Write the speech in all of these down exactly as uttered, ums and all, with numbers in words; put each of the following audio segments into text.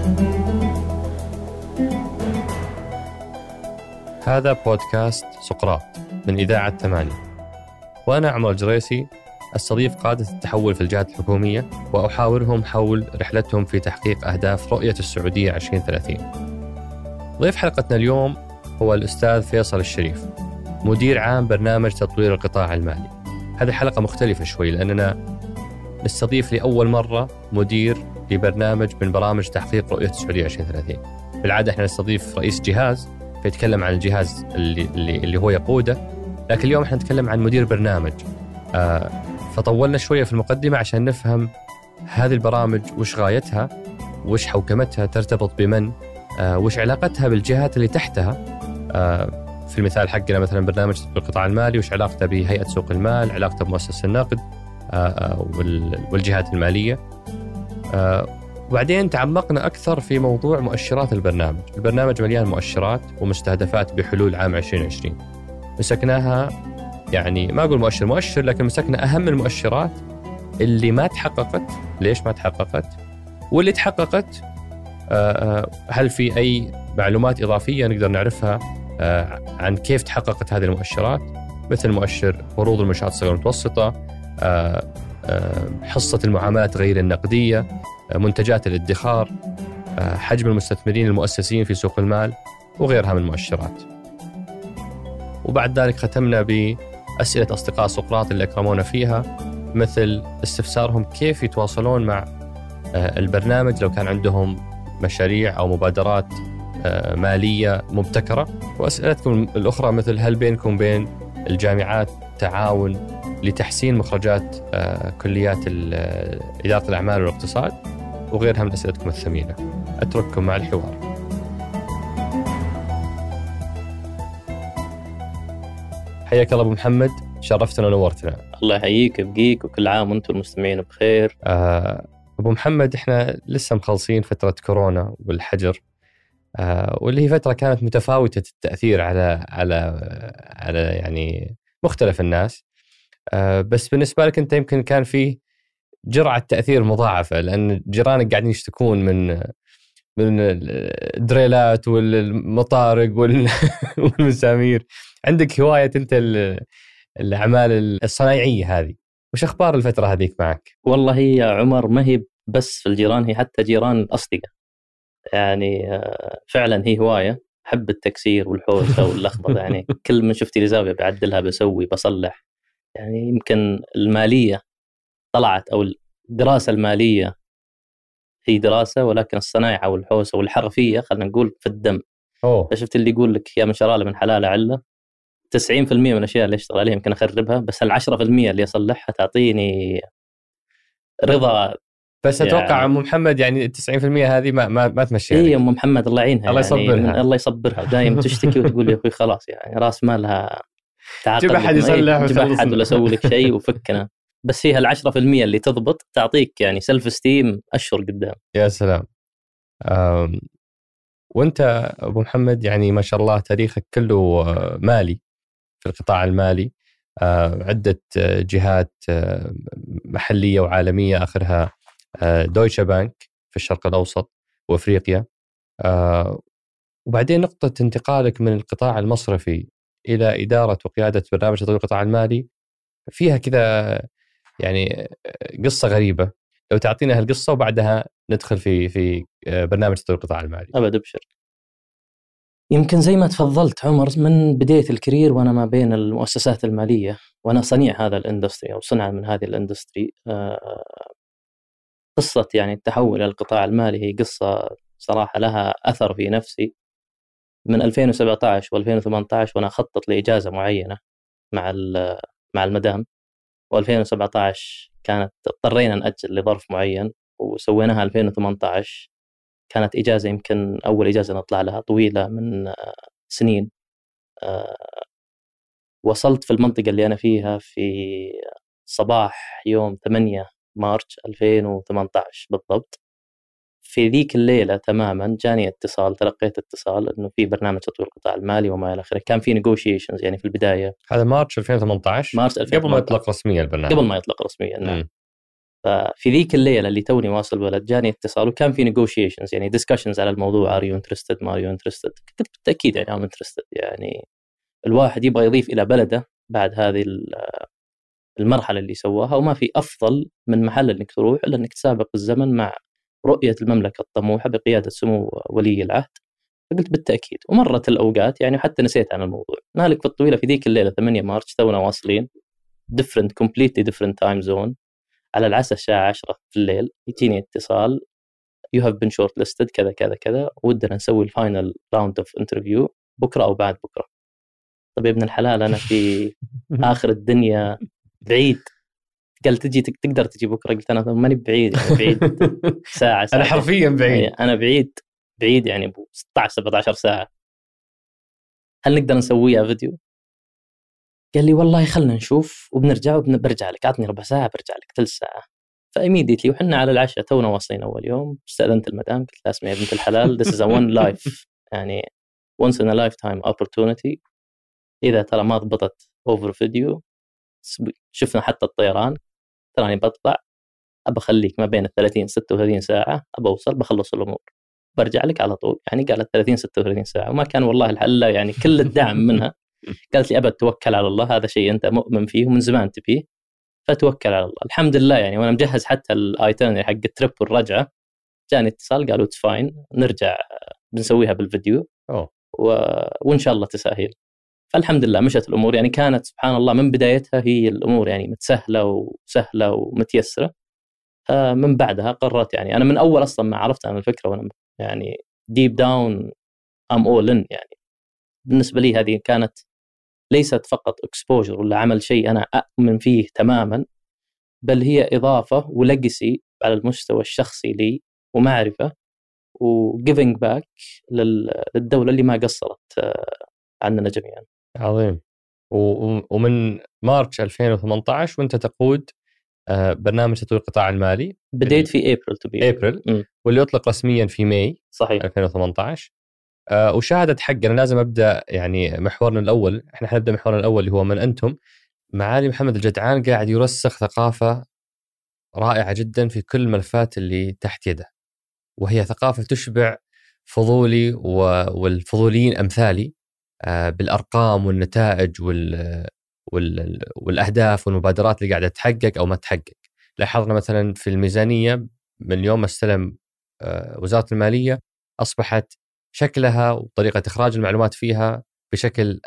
هذا بودكاست سقراط من إذاعة ثمانية، وأنا عمر الجريسي أستضيف قادة التحول في الجهات الحكومية وأحاورهم حول رحلتهم في تحقيق أهداف رؤية السعودية عشرين ثلاثين. ضيف حلقتنا اليوم هو الأستاذ فيصل الشريف، مدير عام برنامج تطوير القطاع المالي. هذه الحلقة مختلفة شوي لأننا نستضيف لأول مرة مدير لبرنامج من برامج تحقيق رؤية السعودية عشرين ثلاثين. بالعادة احنا نستضيف رئيس جهاز فيتكلم عن الجهاز اللي, اللي, اللي هو يقوده، لكن اليوم احنا نتكلم عن مدير برنامج. آه فطولنا شوية في المقدمة عشان نفهم هذه البرامج وش غايتها، وش حوكمتها، ترتبط بمن، آه وش علاقتها بالجهات اللي تحتها. آه في المثال حقنا مثلا برنامج تطوير القطاع المالي، وش علاقته بهيئة سوق المال، علاقته بمؤسسة النقد آه والجهات المالية. آه وبعدين تعمقنا أكثر في موضوع مؤشرات البرنامج. البرنامج مليان مؤشرات ومستهدفات بحلول عام عشرين عشرين، مسكناها يعني ما أقول مؤشر مؤشر، لكن مسكنا أهم المؤشرات اللي ما تحققت، ليش ما تحققت، واللي تحققت هل في أي معلومات إضافية نقدر نعرفها عن كيف تحققت هذه المؤشرات، مثل مؤشر فروض المنشآت الصغيرة والمتوسطة، حصة المعاملات غير النقدية، منتجات الادخار، حجم المستثمرين المؤسسين في سوق المال، وغيرها من المؤشرات. وبعد ذلك ختمنا بأسئلة أصدقاء سقراط اللي أكرمونا فيها، مثل استفسارهم كيف يتواصلون مع البرنامج لو كان عندهم مشاريع أو مبادرات مالية مبتكرة، وأسئلتكم الأخرى مثل هل بينكم بين الجامعات تعاون لتحسين مخرجات كليات إدارة الأعمال والاقتصاد، وغيرها من أسئلتكم الثمينة. أترككم مع الحوار. حياك الله أبو محمد، شرفتنا ونورتنا. الله يحييك ويبقيك، وكل عام وأنتم المستمعين بخير. آه أبو محمد، إحنا لسه مخلصين فترة كورونا والحجر، آه واللي هي فترة كانت متفاوتة التأثير على على على يعني مختلف الناس. آه بس بالنسبة لك أنت يمكن كان فيه جرعة تأثير مضاعفة، لأن جيرانك قاعدين يشتكون من من الدريلات والمطارق والمسامير. عندك هواية أنت الأعمال الصناعية هذه، وش أخبار الفترة هذيك معك؟ والله يا عمر ما هي بس في الجيران، هي حتى جيران الأصدقاء. يعني فعلا هي هواية، حب التكسير والحوسة واللخبطة. يعني كل من شفتي لي زاوية بعدلها، بسوي بصلح. يعني يمكن المالية طلعت، أو الدراسة المالية هي دراسة، ولكن الصناعة والحوسة والحرفية خلنا نقول في الدم. أوه. فشفت اللي يقول لك يا من شرالة من حلال علة، تسعين في المية من الأشياء اللي أشتغل عليها يمكن أخربها، بس العشرة في المية اللي أصلحها تعطيني رضا. بس يعني أتوقع أم محمد يعني التسعين في المية هذه ما ما, ما تمشي. إيه أم محمد الله يعينها، الله يعني يصبرها. الله يصبرها. دائما تشتكي وتقول يا أخوي خلاص، يعني رأس مالها تعاقد، جيب أحد يصلح، جيب أحد ولا سوي لك شيء وفكنا. بس فيها العشرة في المية اللي تضبط تعطيك يعني سلف استيم أشهر قدام. يا سلام. أم وأنت أبو محمد يعني ما شاء الله تاريخك كله مالي في القطاع المالي، عدة جهات محلية وعالمية، آخرها دويتشه بانك في الشرق الأوسط وأفريقيا. وبعدين نقطة انتقالك من القطاع المصرفي إلى إدارة وقيادة برنامج تطوير القطاع المالي فيها كذا يعني قصة غريبة. لو تعطينا هالقصة وبعدها ندخل في في برنامج تطوير القطاع المالي. أبد أبشر. يمكن زي ما تفضلت عمر، من بداية الكارير وأنا ما بين المؤسسات المالية، وأنا صنيع هذا الاندستري أو صنع من هذه الاندستري. قصة يعني التحول إلى القطاع المالي هي قصة صراحة لها أثر في نفسي من ألفين وسبعة عشر وألفين وثمانية عشر، وأنا أخطط لإجازة معينة مع مع المدام، وألفين وسبعة عشر كانت اضطرينا نأجل لظرف معين وسويناها ألفين وثمانية عشر. كانت إجازة يمكن أول إجازة نطلع لها طويلة من سنين. وصلت في المنطقة اللي أنا فيها في صباح يوم ثمانية مارس ألفين وثمانية عشر بالضبط. في ذيك الليلة تماما جاني اتصال، تلقيت اتصال إنه في برنامج تطوير القطاع المالي وما إلى آخره. كان في negotiations يعني في البداية. هذا مارس ألفين وثمانية عشر، مارس ألفين وثمانية عشر قبل ما يطلق رسميا البرنامج. قبل ما يطلق رسميا نعم. ففي ذيك الليلة اللي توني واصل البلد جاني اتصال وكان في negotiations يعني discussions على الموضوع are you interested ما are you interested. كنت بالتأكيد يعني I'm interested. يعني الواحد يبغى يضيف إلى بلده بعد هذه المرحلة اللي سواها، وما في أفضل من محل إنك تروح إلا إنك تسابق الزمن مع رؤية المملكة الطموحة بقيادة سمو ولي العهد. فقلت بالتأكيد. ومرت الأوقات يعني حتى نسيت عن الموضوع. نالك في الطويلة في ذيك الليلة ثمانية مارس تونا واصلين different completely different time zone. على العشاء الساعة عشرة في الليل يجيني اتصال you have been shortlisted كذا كذا كذا، ودنا نسوي الفاينل راوند اوف انترفيو بكرة أو بعد بكرة. طب يا ابن الحلال أنا في آخر الدنيا بعيد. قال تجي تقدر تجي بكرة؟ قلت أنا ماني بعيد يعني بعيد ساعة, ساعة أنا حرفيا بعيد. أنا بعيد بعيد يعني ب ستة عشر سبعة عشر ساعة. هل نقدر نسويها فيديو؟ قال لي والله خلنا نشوف وبنرجع وبرجع لك. أعطني ربع ساعة برجع لك ثلث ساعة. فإيميديتلي وحنا على العشاء تونا واصلين أول يوم استأذنت المدام قلت لها اسمعي يا بنت الحلال this is a one life يعني once in a lifetime opportunity. إذا ترى ما ضبطت over فيديو شفنا حتى الطيران تراني بطلع أبى أخليك ما بين الثلاثين ستة وثلاثين ساعة أبى أوصل بخلص الأمور برجع لك على طول. يعني قالت ثلاثين ستة وثلاثين ساعة وما كان والله الحل يعني كل الدعم منها. قالت لي أبد توكل على الله هذا شيء أنت مؤمن فيه ومن زمان تبيه فتوكل على الله. الحمد لله يعني وأنا مجهز حتى الآيتين حق التريب والرجعة جاني اتصال قالوا it's fine نرجع بنسويها بالفيديو و... وإن شاء الله تسهيل. فالحمد لله مشت الأمور يعني كانت سبحان الله من بدايتها هي الأمور يعني متسهلة وسهلة ومتيسرة. من بعدها قررت يعني أنا من أول أصلا ما عرفت عن الفكرة وأنا يعني deep down I'm all in. يعني بالنسبة لي هذه كانت ليست فقط exposure ولا عمل شيء أنا أؤمن فيه تماما، بل هي إضافة ولجسي على المستوى الشخصي لي ومعرفة و giving back للدولة اللي ما قصرت عننا جميعا. عظيم. ومن مارس ألفين وثمانية عشر وانت تقود برنامج تطوير القطاع المالي. بديت في أبريل تبي أبريل واللي يطلق رسميا في ماي صحيح ألفين وثمانية عشر. أه وشاهدت حق أنا لازم أبدأ يعني محورنا الأول. إحنا حنبدأ محورنا الأول اللي هو من أنتم. معالي محمد الجدعان قاعد يرسخ ثقافة رائعة جدا في كل الملفات اللي تحت يده، وهي ثقافة تشبع فضولي والفضوليين أمثالي أه بالأرقام والنتائج وال وال والأهداف والمبادرات اللي قاعدة تحقق أو ما تحقق. لاحظنا مثلا في الميزانية من يوم ما استلم أه وزارة المالية أصبحت شكلها وطريقة إخراج المعلومات فيها بشكل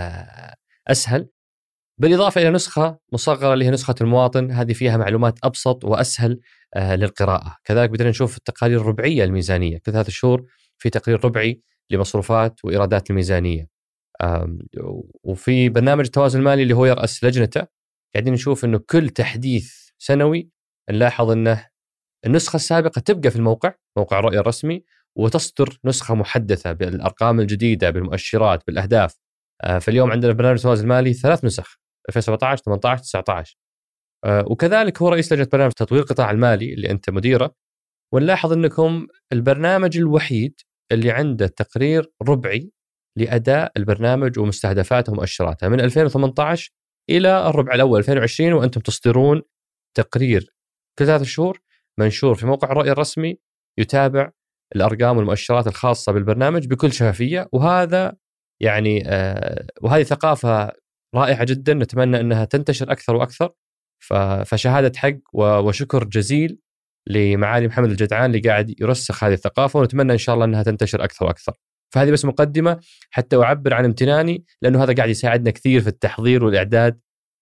أسهل، بالإضافة إلى نسخة مصغرة اللي هي نسخة المواطن، هذه فيها معلومات أبسط وأسهل للقراءة. كذلك بدنا نشوف التقارير الربعية الميزانية كل ثلاث شهور في تقرير ربعي لمصروفات وإيرادات الميزانية. وفي برنامج التوازن المالي اللي هو يرأس لجنته قاعدين نشوف أنه كل تحديث سنوي نلاحظ أنه النسخة السابقة تبقى في الموقع موقع الرؤية الرسمي وتصدر نسخة محدثة بالأرقام الجديدة بالمؤشرات بالأهداف. فاليوم عندنا برنامج التوازن المالي ثلاث نسخ ألفين وسبعة عشر ثمانية عشر تسعة عشر. وكذلك هو رئيس لجنة برنامج تطوير القطاع المالي اللي أنت مديره، ونلاحظ أنكم البرنامج الوحيد اللي عنده تقرير ربعي لأداء البرنامج ومستهدفاته ومؤشراته من ألفين وثمانية عشر إلى الربع الأول ألفين وعشرين، وأنتم تصدرون تقرير كل ثلاث شهور منشور في موقع الرؤية الرسمي يتابع الأرقام والمؤشرات الخاصة بالبرنامج بكل شفافية. وهذا يعني آه وهذه ثقافة رائعة جدا نتمنى أنها تنتشر أكثر وأكثر. فشهادة حق وشكر جزيل لمعالي محمد الجدعان اللي قاعد يرسخ هذه الثقافة، ونتمنى إن شاء الله أنها تنتشر أكثر وأكثر. فهذه بس مقدمة حتى أعبر عن امتناني، لأنه هذا قاعد يساعدنا كثير في التحضير والإعداد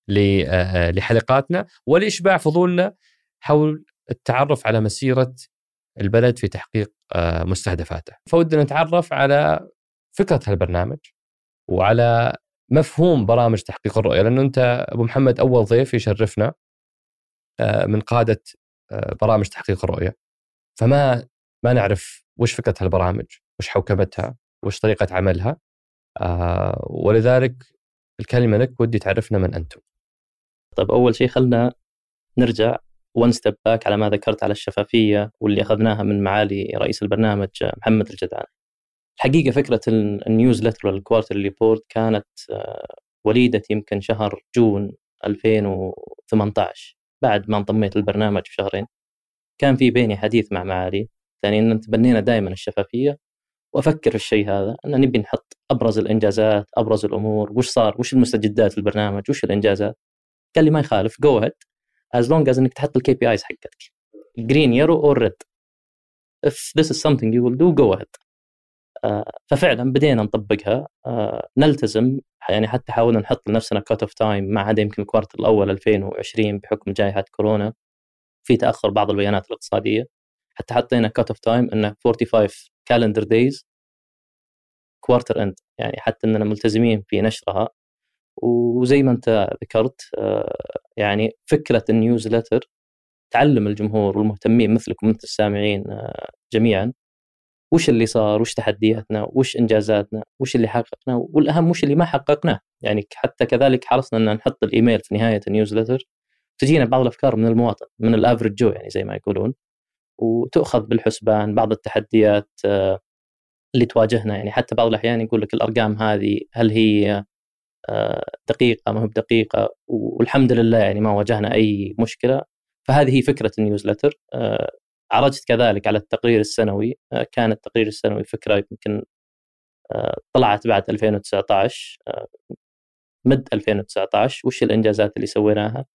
لحلقاتنا ولإشباع فضولنا حول التعرف على مسيرة البلد في تحقيق مستهدفاته. فودنا نتعرف على فكرة هالبرنامج وعلى مفهوم برامج تحقيق الرؤية، لأنه أنت أبو محمد أول ضيف يشرفنا من قادة برامج تحقيق الرؤية، فما ما نعرف وش فكرة هالبرامج، وش حوكمتها، وش طريقة عملها. ولذلك الكلمة لك، ودي تعرفنا من أنتم. طيب أول شيء خلنا نرجع one step back على ما ذكرت على الشفافية واللي أخذناها من معالي رئيس البرنامج محمد الجدعان. الحقيقة فكرة النيوزلتر والكوارتر ريبورت كانت وليدة يمكن شهر جون ألفين وثمانية عشر، بعد ما انضميت للبرنامج بشهرين كان في بيني حديث مع معالي، يعني أن تبنينا دائما الشفافية، وأفكر في الشيء هذا أن نبي نحط أبرز الإنجازات، أبرز الأمور، وش صار، وش المستجدات في البرنامج، وش الإنجازات. قال لي ما يخالف go ahead as long as إنك تحط الكي بي آيز حقتك green yellow or red if this is something you will do go ahead. آه ففعلا بدينا نطبقها، آه نلتزم، يعني حتى حاولنا نحط لنفسنا cut off time ما عدا يمكن الكوارتر الأول ألفين وعشرين بحكم جائحة كورونا في تأخر بعض البيانات الاقتصادية، حتى حطينا cut off time إنه خمسة وأربعين calendar days quarter end، يعني حتى إننا ملتزمين في نشرها. وزي ما أنت ذكرت يعني فكرة النيوزلتر تعلم الجمهور والمهتمين مثلكم مثل السامعين جميعا وش اللي صار، وش تحدياتنا، وش إنجازاتنا، وش اللي حققنا، والأهم وش اللي ما حققناه. يعني حتى كذلك حرصنا أن نحط الإيميل في نهاية النيوزلتر، تجينا بعض الأفكار من المواطن من الأفريج جو يعني زي ما يقولون، وتأخذ بالحسبان بعض التحديات اللي تواجهنا. يعني حتى بعض الأحيان يقول لك الأرقام هذه هل هي دقيقة ما هو بدقيقة، والحمد لله يعني ما واجهنا أي مشكلة. فهذه هي فكرة النيوزلتر. عرجت كذلك على التقرير السنوي، كان التقرير السنوي فكرة يمكن طلعت بعد ألفين وتسعة عشر مد ألفين وتسعة عشر وش الإنجازات اللي سويناها،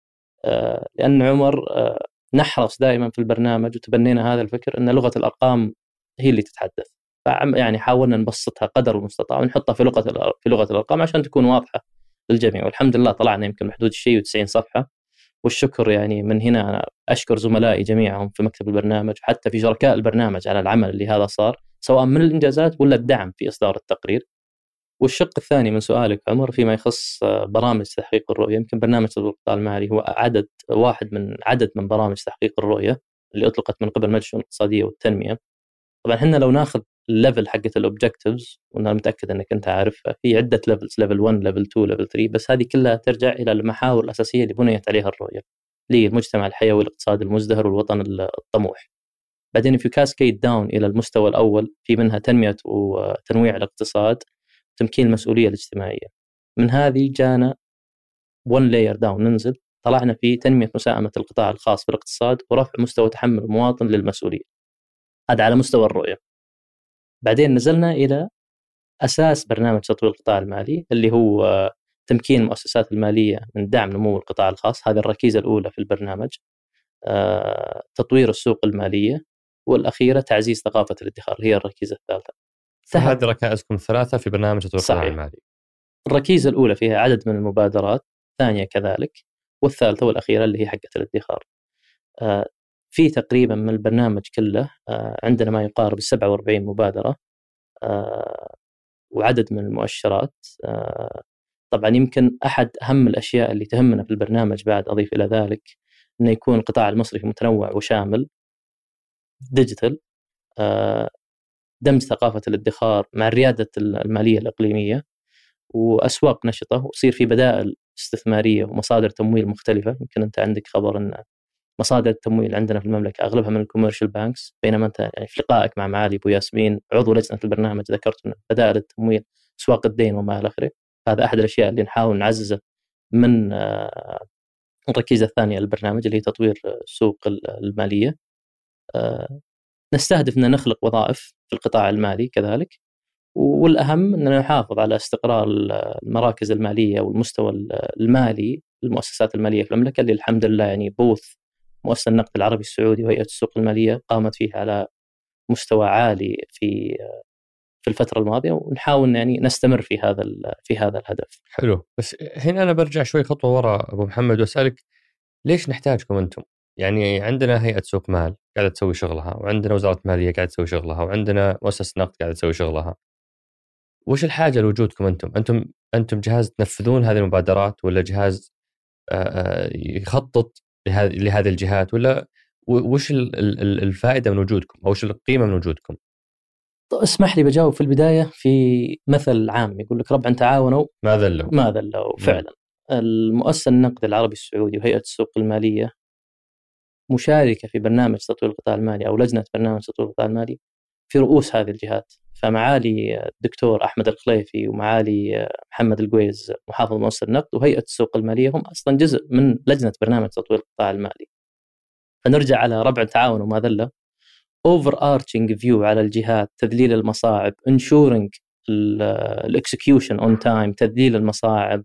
لأن عمر نحرص دائما في البرنامج وتبنينا هذا الفكر أن لغة الأرقام هي اللي تتحدث. يعني حاولنا نبسطها قدر المستطاع ونحطها في لغة في لغة الأرقام عشان تكون واضحة للجميع، والحمد لله طلعنا يمكن محدود الشيء وتسعين صفحة. والشكر يعني من هنا أنا أشكر زملائي جميعهم في مكتب البرنامج وحتى في شركاء البرنامج على العمل اللي هذا صار، سواء من الإنجازات ولا الدعم في إصدار التقرير. والشق الثاني من سؤالك عمر فيما يخص برامج تحقيق الرؤية، يمكن برنامج تطوير القطاع المالي هو عدد واحد من عدد من برامج تحقيق الرؤية اللي أطلقت من قبل مجلس الشؤون الاقتصادية والتنمية. طبعا احنا لو ناخذ الليفل حقة الأوبجكتيفز، وأنا متأكد أنك أنت عارف في عدة ليفلز، ليفل واحد ليفل اثنين ليفل ثلاثة، بس هذه كلها ترجع إلى المحاور الأساسية اللي بنيت عليها الرؤية للمجتمع الحيوي والاقتصاد المزدهر والوطن الطموح. بعدين في كاسكيد داون إلى المستوى الأول في منها تنمية وتنويع الاقتصاد، تمكين المسؤولية الاجتماعية. من هذه جانا one layer down ننزل، طلعنا في تنمية مساهمة القطاع الخاص في الاقتصاد ورفع مستوى تحمل المواطن للمسؤولية. هذا على مستوى الرؤية. بعدين نزلنا إلى أساس برنامج تطوير القطاع المالي اللي هو تمكين المؤسسات المالية من دعم نمو القطاع الخاص، هذه الركيزة الأولى في البرنامج. آه، تطوير السوق المالية، والأخيرة تعزيز ثقافة الادخار هي الركيزة الثالثة. فهذه ركائزكم الثلاثة في برنامج تطوير القطاع المالي. الركيزة الأولى فيها عدد من المبادرات، الثانية كذلك، والثالثة والأخيرة اللي هي حقة الادخار. آه، في تقريبا من البرنامج كله آه، عندنا ما يقارب سبعة وأربعين مبادرة آه، وعدد من المؤشرات. آه، طبعا يمكن أحد أهم الأشياء اللي تهمنا في البرنامج بعد أضيف إلى ذلك أنه يكون القطاع المصرفي متنوع وشامل، ديجيتال، آه، دمج ثقافة الادخار مع الريادة المالية الإقليمية، وأسواق نشطة، ويصير في بدائل استثمارية ومصادر تمويل مختلفة. يمكن أنت عندك خبر أن مصادر التمويل عندنا في المملكة أغلبها من الكوميرشال بانكس، بينما أنت يعني في لقائك مع معالي أبو ياسمين عضو لجنة البرنامج ذكرت أن بدائل التمويل أسواق الدين وما إلى آخره. هذا أحد الأشياء اللي نحاول نعززه من الركيزة الثانية للبرنامج اللي هي تطوير السوق المالية. نستهدف أن نخلق وظائف في القطاع المالي كذلك، والأهم أننا نحافظ على استقرار المراكز المالية والمستوى المالي للمؤسسات المالية في المملكة، اللي الحمد لله يعني بوث مؤسسة النقد العربي السعودي وهيئة السوق المالية قامت فيه على مستوى عالي في في الفترة الماضية، ونحاول يعني نستمر في هذا في هذا الهدف. حلو. بس هنا أنا برجع شوي خطوة وراء أبو محمد وأسألك ليش نحتاجكم أنتم؟ يعني عندنا هيئة سوق مال قاعدة تسوي شغلها، وعندنا وزارة مالية قاعدة تسوي شغلها، وعندنا مؤسسة نقد قاعدة تسوي شغلها. وش الحاجة لوجودكم أنتم؟ أنتم أنتم جهاز تنفذون هذه المبادرات، ولا جهاز يخطط لهذه الجهات، ولا وش الفائدة من وجودكم أو وش القيمة من وجودكم؟ اسمح لي بجاوب في البداية في مثل عام يقول لك ربعا تعاونوا ما ذلوا ما ذلوا فعلا. المؤسسة النقد العربي السعودي وهيئة السوق المالية مشاركة في برنامج تطوير القطاع المالي أو لجنة برنامج تطوير القطاع المالي في رؤوس هذه الجهات. فمعالي الدكتور أحمد الخليفي ومعالي محمد القويز محافظ مؤسسة النقد وهيئة السوق المالية هم أصلا جزء من لجنة برنامج تطوير القطاع المالي. فنرجع على ربع التعاون وما ذله، overarching view على الجهات، تذليل المصاعب، ensuring الاكسكيوشن اون تايم، تذليل المصاعب،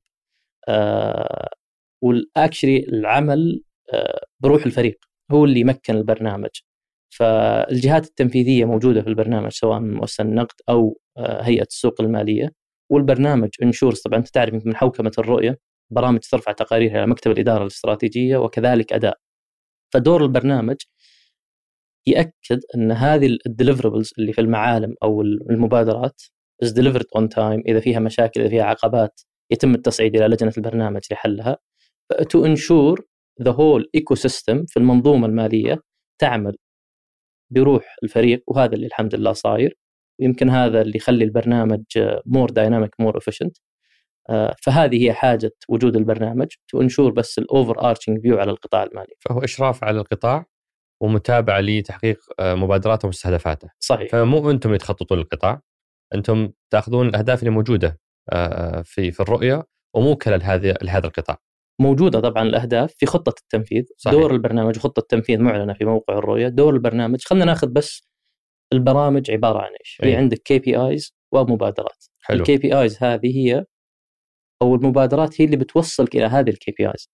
والاكشلي العمل آه بروح الفريق هو اللي يمكن البرنامج. فالجهات التنفيذية موجودة في البرنامج سواء من مؤسسة النقد أو آه هيئة السوق المالية، والبرنامج انشورز طبعا أنت تعرف من حوكمة الرؤية برامج ترفع تقاريرها إلى مكتب الإدارة الاستراتيجية وكذلك أداء. فدور البرنامج يأكد أن هذه الديليفربلز اللي في المعالم أو المبادرات is delivered on time، إذا فيها مشاكل إذا فيها عقبات يتم التصعيد إلى لجنة البرنامج لحلها. to ensure the whole ecosystem في المنظومة المالية تعمل بروح الفريق، وهذا اللي الحمد لله صاير، ويمكن هذا اللي يخلي البرنامج more dynamic more efficient. فهذه هي حاجة وجود البرنامج to ensure بس ال overarching view على القطاع المالي. فهو إشراف على القطاع ومتابعة لتحقيق مبادراته ومستهدفاته. صحيح. فمو أنتم تخططون القطاع، أنتم تأخذون الأهداف اللي موجودة في في الرؤية وموكلة لهذا لهذا القطاع. موجودة طبعا الأهداف في خطة التنفيذ. صحيح. دور البرنامج وخطة التنفيذ معلنة في موقع الرؤية. دور البرنامج خلنا ناخذ بس البرامج عبارة عن إيش. في عندك كي بي آيز ومبادرات. الكي بي آيز هذه هي أو المبادرات هي اللي بتوصلك إلى هذه الكي بي آيز.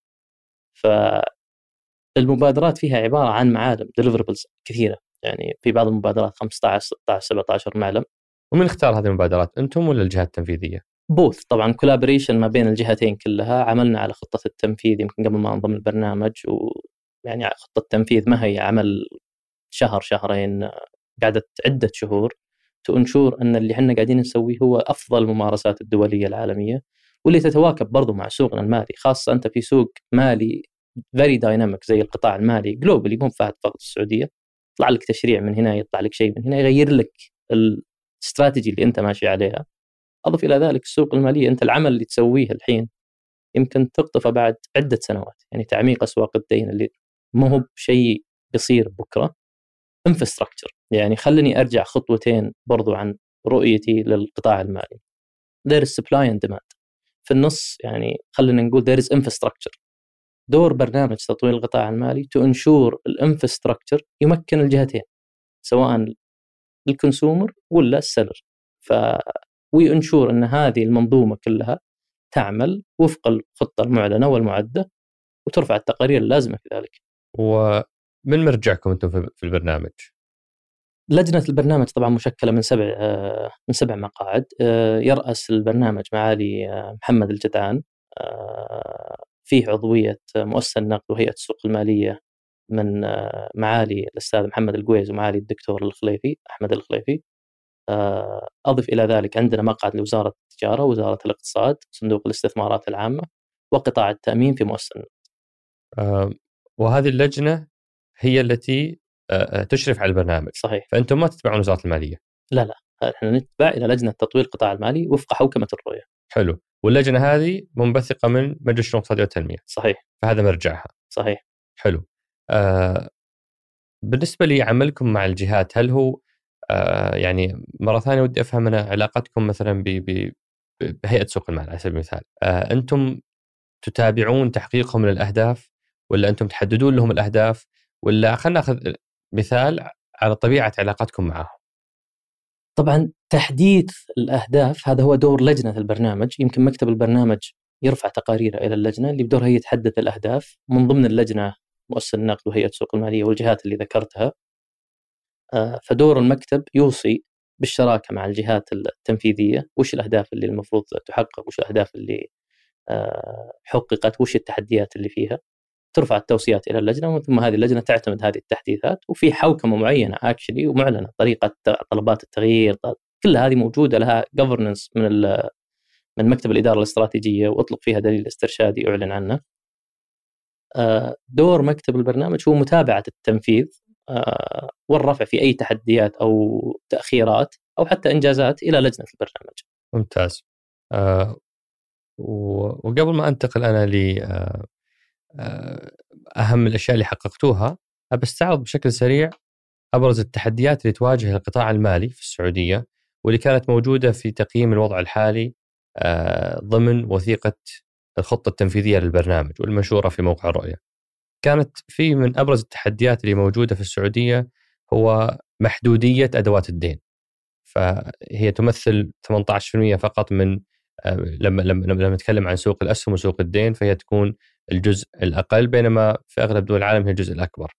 فالمبادرات فيها عبارة عن معالم deliverables كثيرة، يعني في بعض المبادرات خمسة عشر ستة عشر سبعة عشر معلم. ومن اختار هذه المبادرات، أنتم ولا الجهات التنفيذية؟ بوث طبعا، كولابوريشن ما بين الجهتين كلها. عملنا على خطة التنفيذ يمكن قبل ما انضم البرنامج، ويعني خطة التنفيذ ما هي عمل شهر شهرين، قعدت عدة شهور تنشور أن اللي احنا قاعدين نسويه هو أفضل الممارسات الدولية العالمية، واللي تتواكب برضو مع سوقنا المالي. خاصة أنت في سوق مالي very dynamic زي القطاع المالي جلوبالي، مو فقط السعودية. يطلع لك تشريع من هنا، يطلع لك شيء من هنا، يغير لك الاستراتيجي اللي أنت ماشي عليها. أضف إلى ذلك السوق المالية، أنت العمل اللي تسويه الحين يمكن تقطفه بعد عدة سنوات، يعني تعميق أسواق الدين اللي ما هو بشيء بيصير بكرة. infrastructure، يعني خلني أرجع خطوتين برضو عن رؤيتي للقطاع المالي. there is supply and demand في النص، يعني خلينا نقول there is infrastructure. دور برنامج تطوير القطاع المالي to ensure الانفراستراكشر يمكن الجهتين سواء الكونسومر ولا السيلر. ف وينشور أن هذه المنظومة كلها تعمل وفق الخطة المعلنة والمعدة وترفع التقارير اللازمة في ذلك. ومن مرجعكم أنتم في البرنامج؟ لجنة البرنامج طبعا مشكلة من سبع من سبع مقاعد. يرأس البرنامج معالي محمد الجدعان، فيه عضوية مؤسسة النقد وهيئة السوق المالية من معالي الأستاذ محمد القويز ومعالي الدكتور الخليفي أحمد الخليفي. أضف إلى ذلك عندنا مقعد لوزارة التجارة، وزارة الاقتصاد، صندوق الاستثمارات العامة، وقطاع التأمين في مؤسسة النقد. أه وهذه اللجنة هي التي أه تشرف على البرنامج. صحيح. فأنتم ما تتبعون وزارة المالية؟ لا لا، احنا نتبع إلى لجنة تطوير القطاع المالي وفق حوكمة الرؤية. حلو. واللجنة هذه منبثقة من مجلس الشؤون الاقتصادية والتنمية. صحيح. فهذا مرجعها. صحيح. حلو. أه بالنسبة لي عملكم مع الجهات، هل هو أه يعني مرة ثانية ودي أفهم أنا علاقتكم مثلا بهيئة سوق المال على سبيل المثال. أه أنتم تتابعون تحقيقهم للأهداف، ولا أنتم تحددون لهم الأهداف، ولا خلنا نأخذ مثال على طبيعة علاقتكم معهم؟ طبعا تحديد الأهداف هذا هو دور لجنة البرنامج. يمكن مكتب البرنامج يرفع تقاريره إلى اللجنة اللي بدورها هي تحدد الأهداف. من ضمن اللجنة مؤسسة النقد وهيئة السوق المالية والجهات اللي ذكرتها. فدور المكتب يوصي بالشراكة مع الجهات التنفيذية وش الأهداف اللي المفروض تحقق، وش الأهداف اللي حققت، وش التحديات اللي فيها. ترفع التوصيات إلى اللجنة، ومن ثم هذه اللجنة تعتمد هذه التحديثات، وفي حوكمة معينة اكشلي ومعلنة طريقة طلبات التغيير، كل هذه موجودة لها governance من من مكتب الإدارة الاستراتيجية، وأطلق فيها دليل استرشادي أعلن عنه. دور مكتب البرنامج هو متابعة التنفيذ والرفع في أي تحديات أو تأخيرات أو حتى إنجازات إلى لجنة البرنامج. ممتاز. أه وقبل ما أنتقل أنا ل أهم الأشياء اللي حققتوها، أبستعرض بشكل سريع أبرز التحديات اللي تواجه القطاع المالي في السعودية واللي كانت موجودة في تقييم الوضع الحالي ضمن وثيقة الخطة التنفيذية للبرنامج والمنشورة في موقع الرؤية. كانت في من أبرز التحديات اللي موجودة في السعودية هو محدودية أدوات الدين، فهي تمثل ثمانية عشر بالمئة فقط من لما لما لما نتكلم عن سوق الأسهم وسوق الدين، فهي تكون الجزء الأقل، بينما في أغلب دول العالم هي الجزء الأكبر.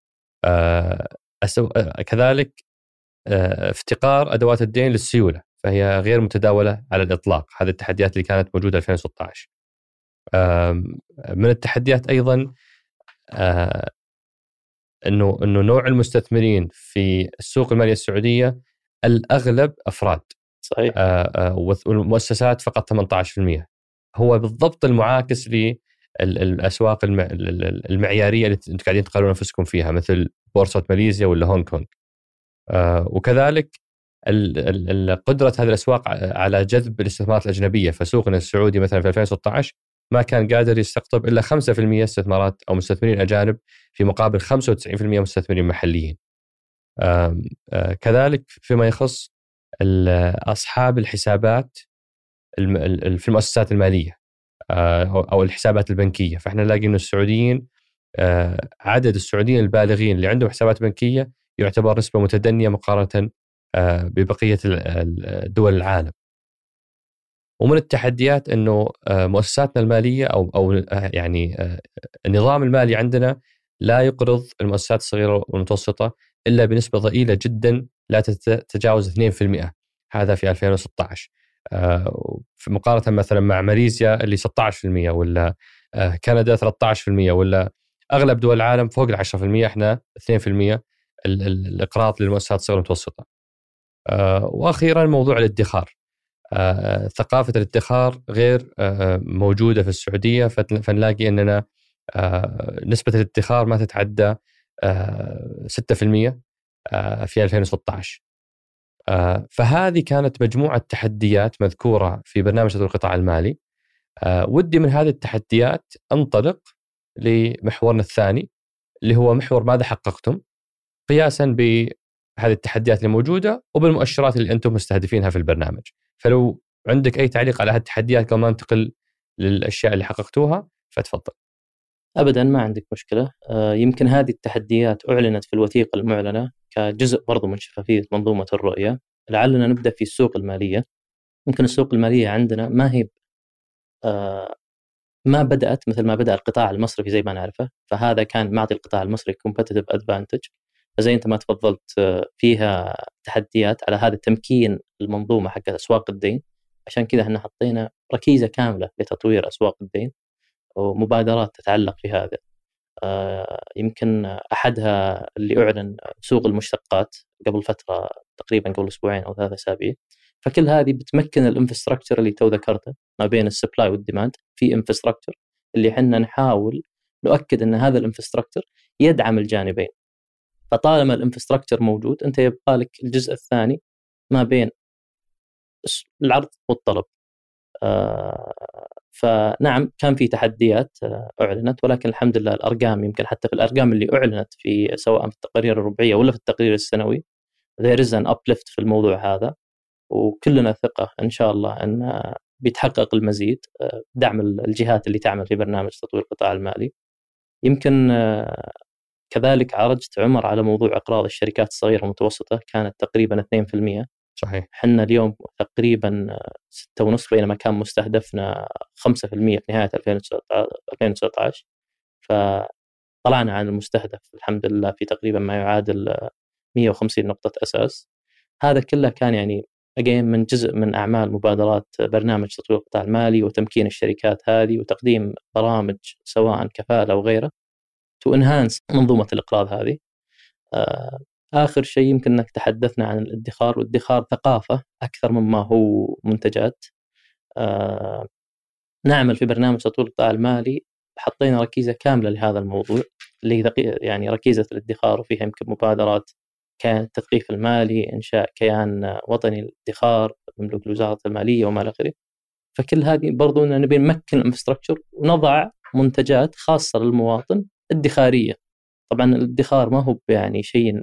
كذلك افتقار أدوات الدين للسيولة، فهي غير متداولة على الإطلاق. هذه التحديات اللي كانت موجودة ألفين وستة عشر. من التحديات أيضا إنه إنه نوع المستثمرين في السوق المالية السعودية الأغلب أفراد. صحيح. والمؤسسات فقط ثمانية عشر بالمئة. هو بالضبط المعاكس للأسواق المعيارية اللي أنتم قاعدين تقارنون أنفسكم فيها، مثل بورصة ماليزيا ولا هونغ كونغ. وكذلك قدرة هذه الأسواق على جذب الاستثمارات الأجنبية، فسوقنا السعودي مثلا في ألفين وستة عشر ما كان قادر يستقطب إلا خمسة بالمئة استثمارات أو مستثمرين أجانب في مقابل خمسة وتسعين بالمئة مستثمرين محليين. كذلك فيما يخص أصحاب الحسابات في المؤسسات المالية أو الحسابات البنكية، فإحنا نلاقي أن السعوديين عدد السعوديين البالغين اللي عندهم حسابات بنكية يعتبر نسبة متدنية مقارنة ببقية دول العالم. ومن التحديات أنه مؤسساتنا المالية أو أو يعني النظام المالي عندنا لا يقرض المؤسسات الصغيرة والمتوسطة إلا بنسبة ضئيلة جدا لا تتجاوز اثنين بالمئة. هذا في ألفين وستة عشر، في مقارنة مثلا مع ماليزيا اللي ستة عشر بالمئة، ولا كندا ثلاثة عشر بالمئة، ولا أغلب دول العالم فوق العشرة بالمئة، إحنا اثنين بالمئة الإقراض للمؤسسات الصغيرة والمتوسطة. وأخيرا موضوع الادخار. ثقافة الادخار غير موجودة في السعودية، فنلاقي أننا نسبة الادخار ما تتعدى ستة بالمئة في ألفين وستة عشر. فهذه كانت مجموعة تحديات مذكورة في برنامج تطوير القطاع المالي. ودي من هذه التحديات أنطلق لمحورنا الثاني اللي هو محور ماذا حققتم قياسا بهذه التحديات اللي موجودة وبالمؤشرات اللي أنتم مستهدفينها في البرنامج. فلو عندك أي تعليق على هذه التحديات قبل ما ننتقل للأشياء اللي حققتوها فتفضل. أبدا ما عندك مشكلة. يمكن هذه التحديات أعلنت في الوثيقة المعلنة كجزء برضو من شفافية منظومة الرؤية. لعلنا نبدأ في السوق المالية. يمكن السوق المالية عندنا ما هي ما بدأت مثل ما بدأ القطاع المصرفي زي ما نعرفه، فهذا كان معطي القطاع المصرفي competitive advantage. فزي أنت ما تفضلت فيها تحديات على هذا تمكين المنظومة حق أسواق الدين، عشان كذا احنا حطينا ركيزة كاملة لتطوير أسواق الدين ومبادرات تتعلق في هذا. آه يمكن أحدها اللي أعلن سوق المشتقات قبل فترة تقريبا قبل أسبوعين أو ثلاثة أسابيع. فكل هذه بتمكن الانفستراكتشر اللي تو ذكرته ما بين السبلاي والديماند في انفستراكتشر اللي حنا نحاول نؤكد أن هذا الانفستراكتشر يدعم الجانبين. فطالما الانفستراكتشر موجود أنت يبقى لك الجزء الثاني ما بين العرض والطلب. آه فنعم كان في تحديات أعلنت، ولكن الحمد لله الأرقام يمكن حتى في الأرقام اللي أعلنت في سواء في التقارير الربعية ولا في التقرير السنوي there is an uplift في الموضوع هذا، وكلنا ثقة إن شاء الله أن بيتحقق المزيد دعم الجهات اللي تعمل في برنامج تطوير القطاع المالي. يمكن كذلك عرجت عمر على موضوع أقراض الشركات الصغيرة والمتوسطة، كانت تقريبا اثنين بالمئة. صحيح. حنا اليوم تقريبا ستة ونصف بينما كان مستهدفنا خمسة بالمئة في نهاية ألفين وتسعة عشر. فطلعنا عن المستهدف الحمد لله في تقريبا ما يعادل مئة وخمسين نقطة أساس. هذا كله كان يعني أجين من جزء من أعمال مبادرات برنامج تطوير القطاع المالي وتمكين الشركات هذه وتقديم برامج سواء كفالة أو غيره to enhance منظومة الإقراض هذه. آخر شيء يمكن أنك تحدثنا عن الادخار، والادخار ثقافة أكثر مما هو منتجات. نعمل في برنامج تطوير القطاع المالي حطينا ركيزة كاملة لهذا الموضوع اللي يعني ركيزة الادخار، وفيها يمكن مبادرات كالتثقيف المالي، إنشاء كيان وطني للادخار مملوك لوزارة المالية وما إلى آخره. فكل هذه برضو نبي نمكن الانفستراكشر ونضع منتجات خاصة للمواطن ادخارية. طبعا الادخار ما هو يعني شيء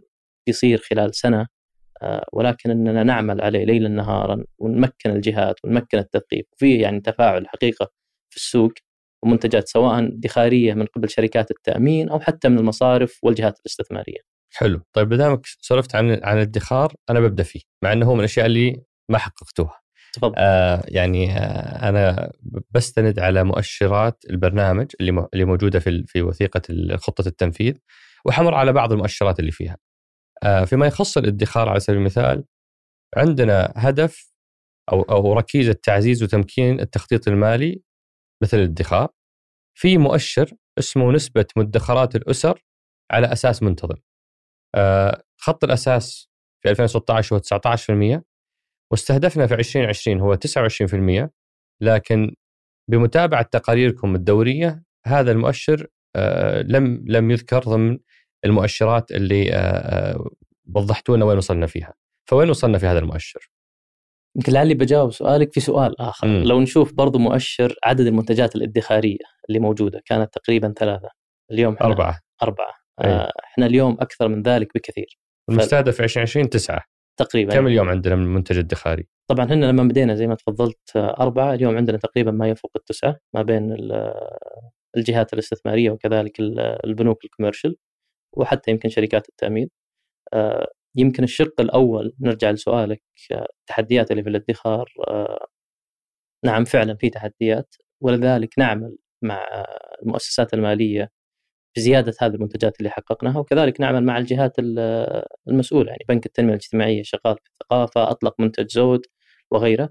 يصير خلال سنة، ولكن أننا نعمل عليه ليلا نهارا ونمكن الجهات ونمكن التثقيف، وفيه يعني تفاعل حقيقة في السوق ومنتجات سواء ادخارية من قبل شركات التأمين أو حتى من المصارف والجهات الاستثمارية. حلو. طيب بدامك سولفت عن عن الادخار، أنا ببدأ فيه مع أنه هو من الأشياء اللي ما حققتوها. تفضل. آه يعني آه أنا بستند على مؤشرات البرنامج اللي اللي موجودة في في وثيقة خطة التنفيذ، وحمر على بعض المؤشرات اللي فيها. آه فيما يخص الادخار على سبيل المثال، عندنا هدف أو أو ركيزة تعزيز وتمكين التخطيط المالي مثل الادخار. في مؤشر اسمه نسبة مدخرات الأسر على أساس منتظم. آه خط الأساس في ألفين وستة عشر هو تسعة عشر بالمئة، واستهدفنا في عشرين عشرين هو تسعة وعشرين بالمئة، لكن بمتابعة تقاريركم الدورية هذا المؤشر آه لم لم يذكر ضمن المؤشرات اللي آه وضحتونا وين وصلنا فيها. فوين وصلنا في هذا المؤشر؟ يمكن لعلي بجاوب سؤالك في سؤال آخر. م. لو نشوف برضو مؤشر عدد المنتجات الادخارية اللي موجودة، كانت تقريبا ثلاثة، اليوم احنا أربعة أربعة آه احنا اليوم أكثر من ذلك بكثير. المستهدف في عشرين عشرين تسعة تقريبا. كم اليوم عندنا من منتج ادخاري؟ طبعا هنا لما بدينا زي ما تفضلت أربعة، اليوم عندنا تقريبا ما يفوق التسعة ما بين الجهات الاستثمارية وكذلك البنوك الكوميرشل وحتى يمكن شركات التأمين. آه يمكن الشق الأول نرجع لسؤالك، التحديات اللي في الادخار. آه نعم فعلا في تحديات، ولذلك نعمل مع المؤسسات المالية في زيادة هذه المنتجات اللي حققناها، وكذلك نعمل مع الجهات المسؤولة، يعني بنك التنمية الاجتماعية شغال في الثقافة، أطلق منتج زود وغيره.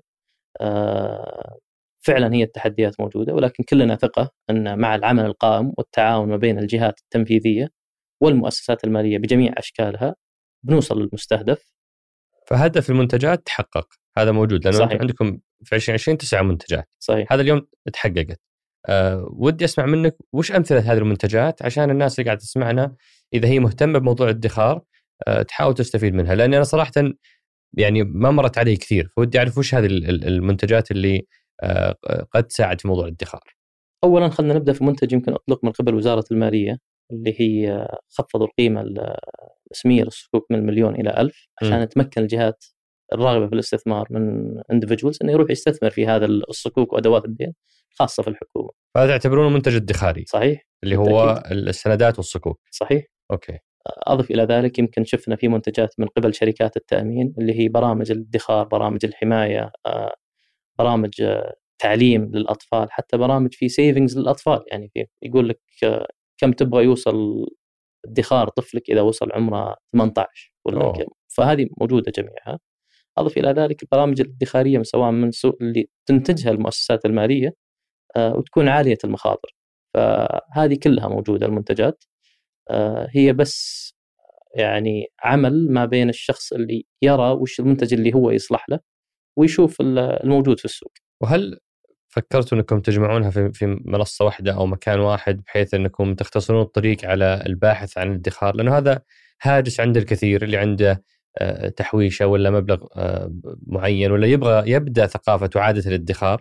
آه فعلا هي التحديات موجودة، ولكن كلنا ثقة أن مع العمل القائم والتعاون ما بين الجهات التنفيذية والمؤسسات المالية بجميع أشكالها بنوصل للمستهدف. فهدف المنتجات تحقق، هذا موجود لأنه صحيح. عندكم في عشرين عشرين تسعة منتجات صحيح. هذا اليوم تحققت. أه ودي أسمع منك وش أمثلة هذه المنتجات عشان الناس اللي قاعدة تسمعنا إذا هي مهتمة بموضوع الادخار أه تحاول تستفيد منها، لأني أنا صراحة يعني ما مرت علي كثير، فودي أعرف وش هذه المنتجات اللي أه قد تساعد في موضوع الادخار. أولا خلنا نبدأ في منتج يمكن أطلق من قبل وزارة المالية، اللي هي خفضوا القيمة الاسمية للصكوك من مليون إلى ألف عشان م. تمكن الجهات الراغبة في الاستثمار من individuals أنه يروح يستثمر في هذا الصكوك وأدوات الدين خاصة في الحكومة. فهذا تعتبرونه منتج ادخاري؟ صحيح، اللي هو بالتأكيد. السندات والصكوك. صحيح. أوكي. أضف إلى ذلك يمكن شفنا في منتجات من قبل شركات التأمين اللي هي برامج الادخار، برامج الحماية، برامج تعليم للأطفال، حتى برامج في سيفينجز للأطفال، يعني في يقول لك كم تبغى يوصل ادخار طفلك إذا وصل عمره ثمانية عشر ولا كم. فهذه موجودة جميعها. أضف إلى ذلك البرامج الادخارية سواء من سوق اللي تنتجها المؤسسات المالية آه وتكون عالية المخاطر، فهذه كلها موجودة. المنتجات آه هي بس يعني عمل ما بين الشخص اللي يرى وش المنتج اللي هو يصلح له ويشوف الموجود في السوق. وهل فكرتوا أنكم تجمعونها في في منصة واحدة أو مكان واحد بحيث أنكم تختصرون الطريق على الباحث عن الادخار؟ لأنه هذا هاجس عند الكثير اللي عنده تحويشة ولا مبلغ معين ولا يبغى يبدأ ثقافة وعادة الادخار،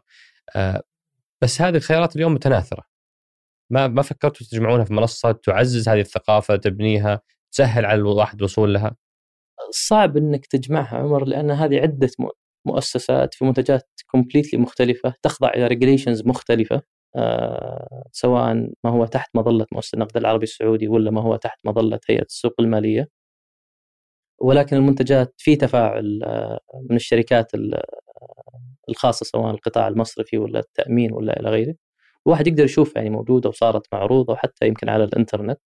بس هذه الخيارات اليوم متناثرة. ما ما فكرتوا تجمعونها في منصة تعزز هذه الثقافة، تبنيها، تسهل على الواحد الوصول لها؟ صعب أنك تجمعها عمر، لأن هذه عدة مؤسسات في منتجات كومبليتلي مختلفة تخضع إلى ريجوليشنز مختلفة، أه سواء ما هو تحت مظلة مؤسسة النقد العربي السعودي ولا ما هو تحت مظلة هيئة السوق المالية. ولكن المنتجات في تفاعل من الشركات الخاصة سواء القطاع المصرفي ولا التأمين ولا إلى غيره، الواحد يقدر يشوف يعني موجودة وصارت معروضة وحتى يمكن على الإنترنت.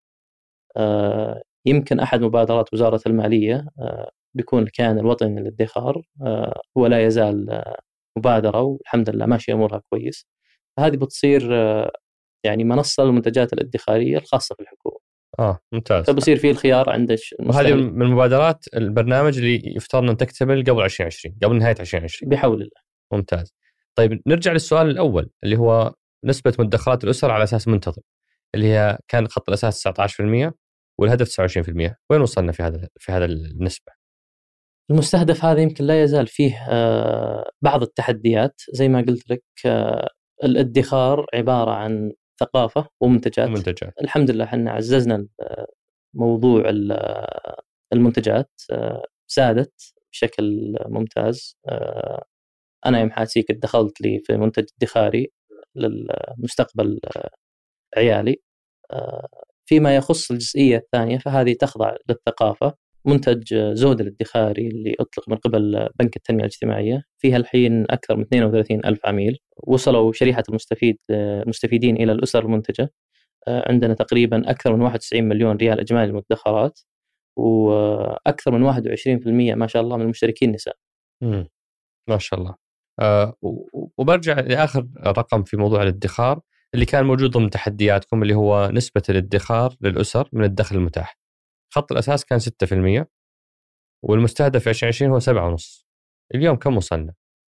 أه يمكن أحد مبادرات وزارة المالية أه بيكون الكيان الوطني للادخار أه هو لا يزال مبادرة والحمد لله ماشي أمورها كويس. فهذه بتصير أه يعني منصة للمنتجات الادخارية الخاصة في الحكومة. آه ممتاز. فبصير فيه الخيار عند وهذه من مبادرات البرنامج اللي يفترض أن تكتمل قبل عشرين عشرين، قبل نهاية عشرين عشرين بحول الله. ممتاز. طيب نرجع للسؤال الأول اللي هو نسبة مدخرات الأسر على أساس منتظم، اللي هي كان خط الأساس تسعة عشر بالمئة والهدف تسعة وعشرين بالمئة. وين وصلنا في هذا في هذا النسبة؟ المستهدف هذا يمكن لا يزال فيه بعض التحديات. زي ما قلت لك الادخار عبارة عن ثقافة ومنتجات. ومنتجات. الحمد لله احنا عززنا موضوع المنتجات زادت بشكل ممتاز. أنا يوم حاسيك دخلت لي في منتج ادخاري للمستقبل عيالي. فيما يخص الجزئية الثانية فهذه تخضع للثقافة. منتج زود الادخاري اللي أطلق من قبل بنك التنمية الاجتماعية فيها الحين أكثر من اثنين وثلاثين ألف عميل، وصلوا شريحة المستفيد المستفيدين إلى الأسر المنتجة. عندنا تقريبا أكثر من واحد وتسعين مليون ريال إجمالي المدخرات، وأكثر من واحد وعشرين بالمئة ما شاء الله من المشتركين نساء. مم. ما شاء الله. أه وبرجع لآخر رقم في موضوع الادخار اللي كان موجود ضمن تحدياتكم، اللي هو نسبة الادخار للأسر من الدخل المتاح. خط الأساس كان ستة بالمئة والمستهدف في عشرين عشرين هو سبعة ونص. اليوم كم وصلنا؟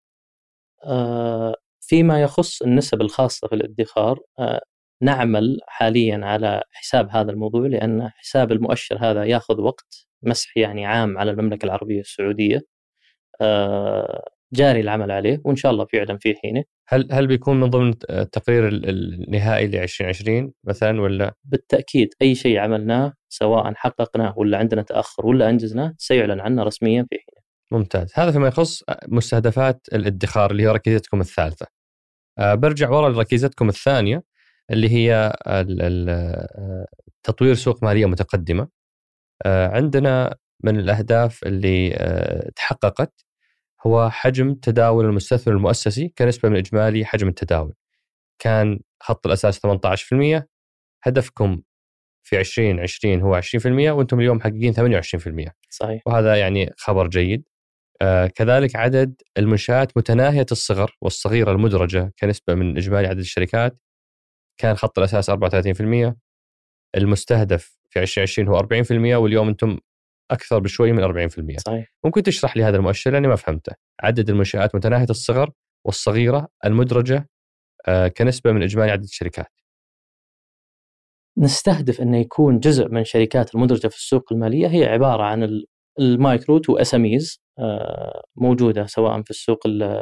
أه فيما يخص النسب الخاصة في الادخار، أه نعمل حاليا على حساب هذا الموضوع، لأن حساب المؤشر هذا يأخذ وقت مسح يعني عام على المملكة العربية السعودية. أه جاري العمل عليه وإن شاء الله فعلا في حينه. هل هل بيكون من ضمن التقرير النهائي ل عشرين عشرين مثلا ولا؟ بالتأكيد أي شيء عملناه سواء حققناه ولا عندنا تأخر ولا أنجزناه سيعلن عنه رسميا في حينه. ممتاز. هذا فيما يخص مستهدفات الادخار اللي هي ركيزتكم الثالثة. أه برجع ورا لركيزتكم الثانية اللي هي تطوير سوق مالية متقدمة. أه عندنا من الأهداف اللي أه تحققت هو حجم تداول المستثمر المؤسسي كنسبة من إجمالي حجم التداول. كان خط الأساس ثمانية عشر بالمئة، هدفكم في عشرين عشرين هو عشرين بالمئة وأنتم اليوم محققين ثمانية وعشرين بالمئة. صحيح. وهذا يعني خبر جيد. آه كذلك عدد المنشآت متناهية الصغر والصغيرة المدرجة كنسبة من إجمالي عدد الشركات كان خط الأساس أربعة وثلاثين بالمئة، المستهدف في عشرين عشرين هو أربعين بالمئة واليوم أنتم أكثر بشوي من أربعين بالمئة. صحيح. ممكن تشرح لي هذا المؤشر لأني ما فهمته؟ عدد المنشآت متناهية الصغر والصغيرة المدرجة آه كنسبة من إجمالي عدد الشركات. نستهدف أن يكون جزء من شركات المدرجة في السوق المالية هي عبارة عن المايكرو تو أساميز موجودة سواء في السوق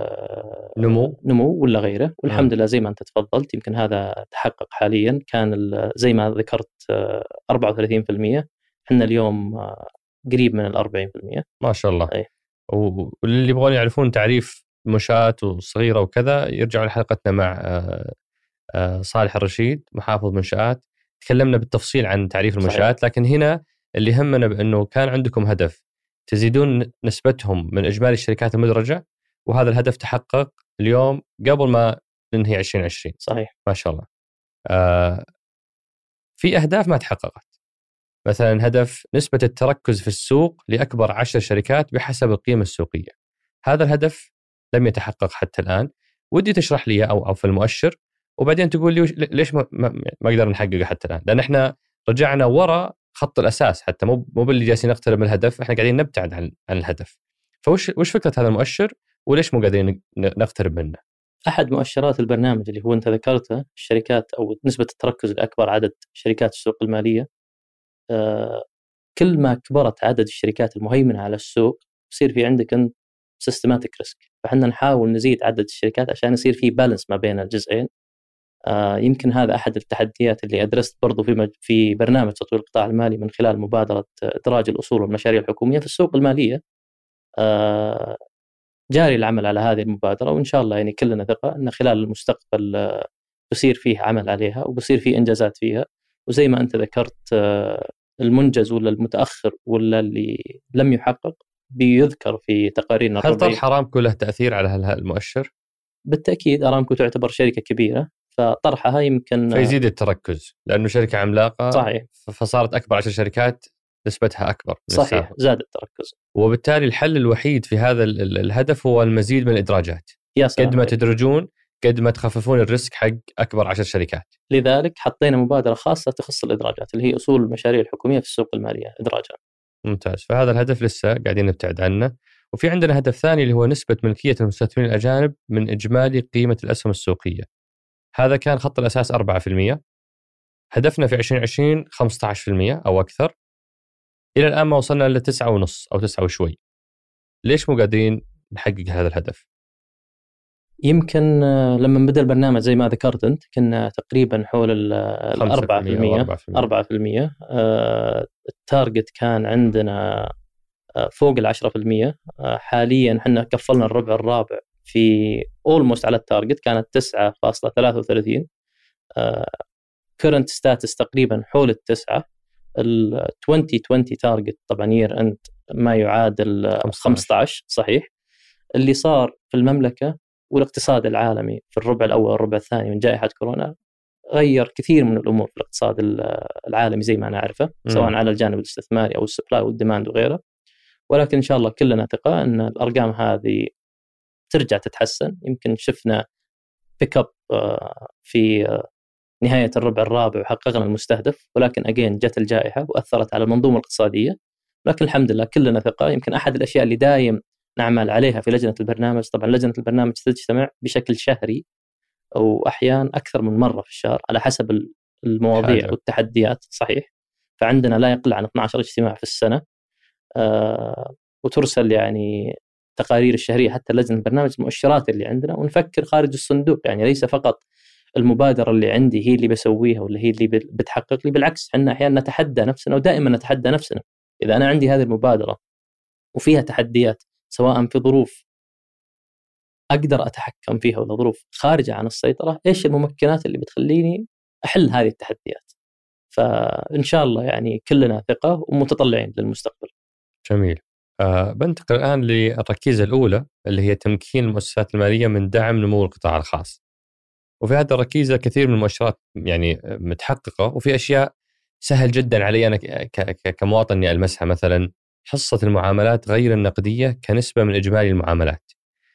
نمو نمو ولا غيره. والحمد لله زي ما أنت تفضلت يمكن هذا تحقق حاليا. كان زي ما ذكرت أربعة وثلاثين بالمئة، إحنا اليوم قريب من الأربعين بالمئة. ما شاء الله. أي. واللي يبغون يعرفون تعريف منشآت وصغيرة وكذا يرجعوا لحلقتنا مع صالح الرشيد محافظ منشآت، تكلمنا بالتفصيل عن تعريف المنشآت. صحيح. لكن هنا اللي همنا بأنه كان عندكم هدف تزيدون نسبتهم من إجمالي الشركات المدرجة، وهذا الهدف تحقق اليوم قبل ما ننهي عشرين عشرين. صحيح. ما شاء الله. آه في أهداف ما تحققت، مثلا هدف نسبة التركز في السوق لأكبر عشر شركات بحسب القيمة السوقية. هذا الهدف لم يتحقق حتى الآن. ودي تشرح لي أو أو في المؤشر وبعدين تقول لي ليش ما ما قدرنا نحققه حتى الآن، لأن إحنا رجعنا وراء خط الأساس حتى مو مو باللي جالسين نقترب من الهدف، إحنا قاعدين نبتعد عن عن الهدف. فوش وش فكرة هذا المؤشر وليش مو قادرين نقترب منه؟ أحد مؤشرات البرنامج اللي هو أنت ذكرته الشركات أو نسبة التركز لأكبر عدد شركات السوق المالية. آه كل ما كبرت عدد الشركات المهيمنة على السوق يصير في عندك أنت سيستماتيك ريسك. فإحنا نحاول نزيد عدد الشركات عشان يصير في بالانس ما بين الجزئين. آه يمكن هذا أحد التحديات اللي أدرست برضو في مج... في برنامج تطوير القطاع المالي من خلال مبادرة إدراج الأصول والمشاريع الحكومية في السوق المالية. آه جاري العمل على هذه المبادرة وإن شاء الله يعني كلنا ثقة أن خلال المستقبل آه بصير فيه عمل عليها وبصير فيه إنجازات فيها. وزي ما أنت ذكرت آه المنجز ولا المتأخر ولا اللي لم يحقق بيذكر في تقاريرنا. هل طرح أرامكو له تأثير على هذا المؤشر؟ بالتأكيد أرامكو تعتبر شركة كبيرة فطرحها يمكن فيزيد التركز لأنه شركة عملاقة. صحيح. فصارت أكبر عشر شركات نسبتها أكبر. صحيح. زاد التركز. وبالتالي الحل الوحيد في هذا الهدف هو المزيد من الإدراجات. قد ما تدرجون قد ما تخففون الريسك حق أكبر عشر شركات. لذلك حطينا مبادرة خاصة تخص الإدراجات اللي هي أصول المشاريع الحكومية في السوق المالية إدراجها. ممتاز. فهذا الهدف لسه قاعدين نبتعد عنه. وفي عندنا هدف ثاني اللي هو نسبة ملكية المستثمرين الأجانب من إجمالي قيمة الأسهم السوقية. هذا كان خط الأساس أربعة بالمئة، هدفنا في عشرين عشرين خمسة عشر بالمئة أو أكثر. إلى الآن ما وصلنا إلى تسعة ونص أو تسعة وشوي. ليش مو قادرين نحقق هذا الهدف؟ يمكن لما بدأ البرنامج زي ما ذكرت أنت كنا تقريبا حول الأربعة بالمئة. أربعة بالمئة. التارجت كان عندنا فوق العشرة في المية. حاليا احنا كفلنا الربع الرابع في almost على التارجت، كانت تسعة فاصلة ثلاثة وثلاثين. current status تقريبا حول التسعة. ال عشرين عشرين تارجت طبعا يير اند ما يعادل خمسة عشر. صحيح. اللي صار في المملكة والاقتصاد العالمي في الربع الأول والربع الثاني من جائحة كورونا غير كثير من الأمور في الاقتصاد العالمي زي ما نعرفه، سواء على الجانب الاستثماري أو السبلاي والديماند وغيره. ولكن إن شاء الله كلنا ثقة أن الأرقام هذه ترجع تتحسن. يمكن شفنا بيك اب في نهاية الربع الرابع وحققنا المستهدف، ولكن أجين جت الجائحة وأثرت على المنظومة الاقتصادية. لكن الحمد لله كلنا ثقة. يمكن أحد الأشياء اللي دايم نعمل عليها في لجنة البرنامج، طبعا لجنة البرنامج تجتمع بشكل شهري أو أحيان أكثر من مرة في الشهر على حسب المواضيع حاجة. والتحديات. صحيح. فعندنا لا يقل عن اثنا عشر اجتماع في السنة، آه وترسل يعني تقارير الشهرية حتى لجنة البرنامج، المؤشرات اللي عندنا، ونفكر خارج الصندوق. يعني ليس فقط المبادرة اللي عندي هي اللي بسويها ولا هي اللي بتحقق لي، بالعكس احنا أحيانا نتحدى نفسنا ودائما نتحدى نفسنا. إذا أنا عندي هذه المبادرة وفيها تحديات سواء في ظروف أقدر أتحكم فيها ولا ظروف خارجة عن السيطرة، إيش الممكنات اللي بتخليني أحل هذه التحديات؟ فإن شاء الله يعني كلنا ثقة ومتطلعين للمستقبل. جميل. أه بنتقل الآن للركيزة الأولى اللي هي تمكين المؤسسات المالية من دعم نمو القطاع الخاص. وفي هذه الركيزة كثير من المؤشرات يعني متحققة، وفي أشياء سهل جدا علي أنا كمواطن أني ألمسها. مثلا حصة المعاملات غير النقدية كنسبة من إجمالي المعاملات،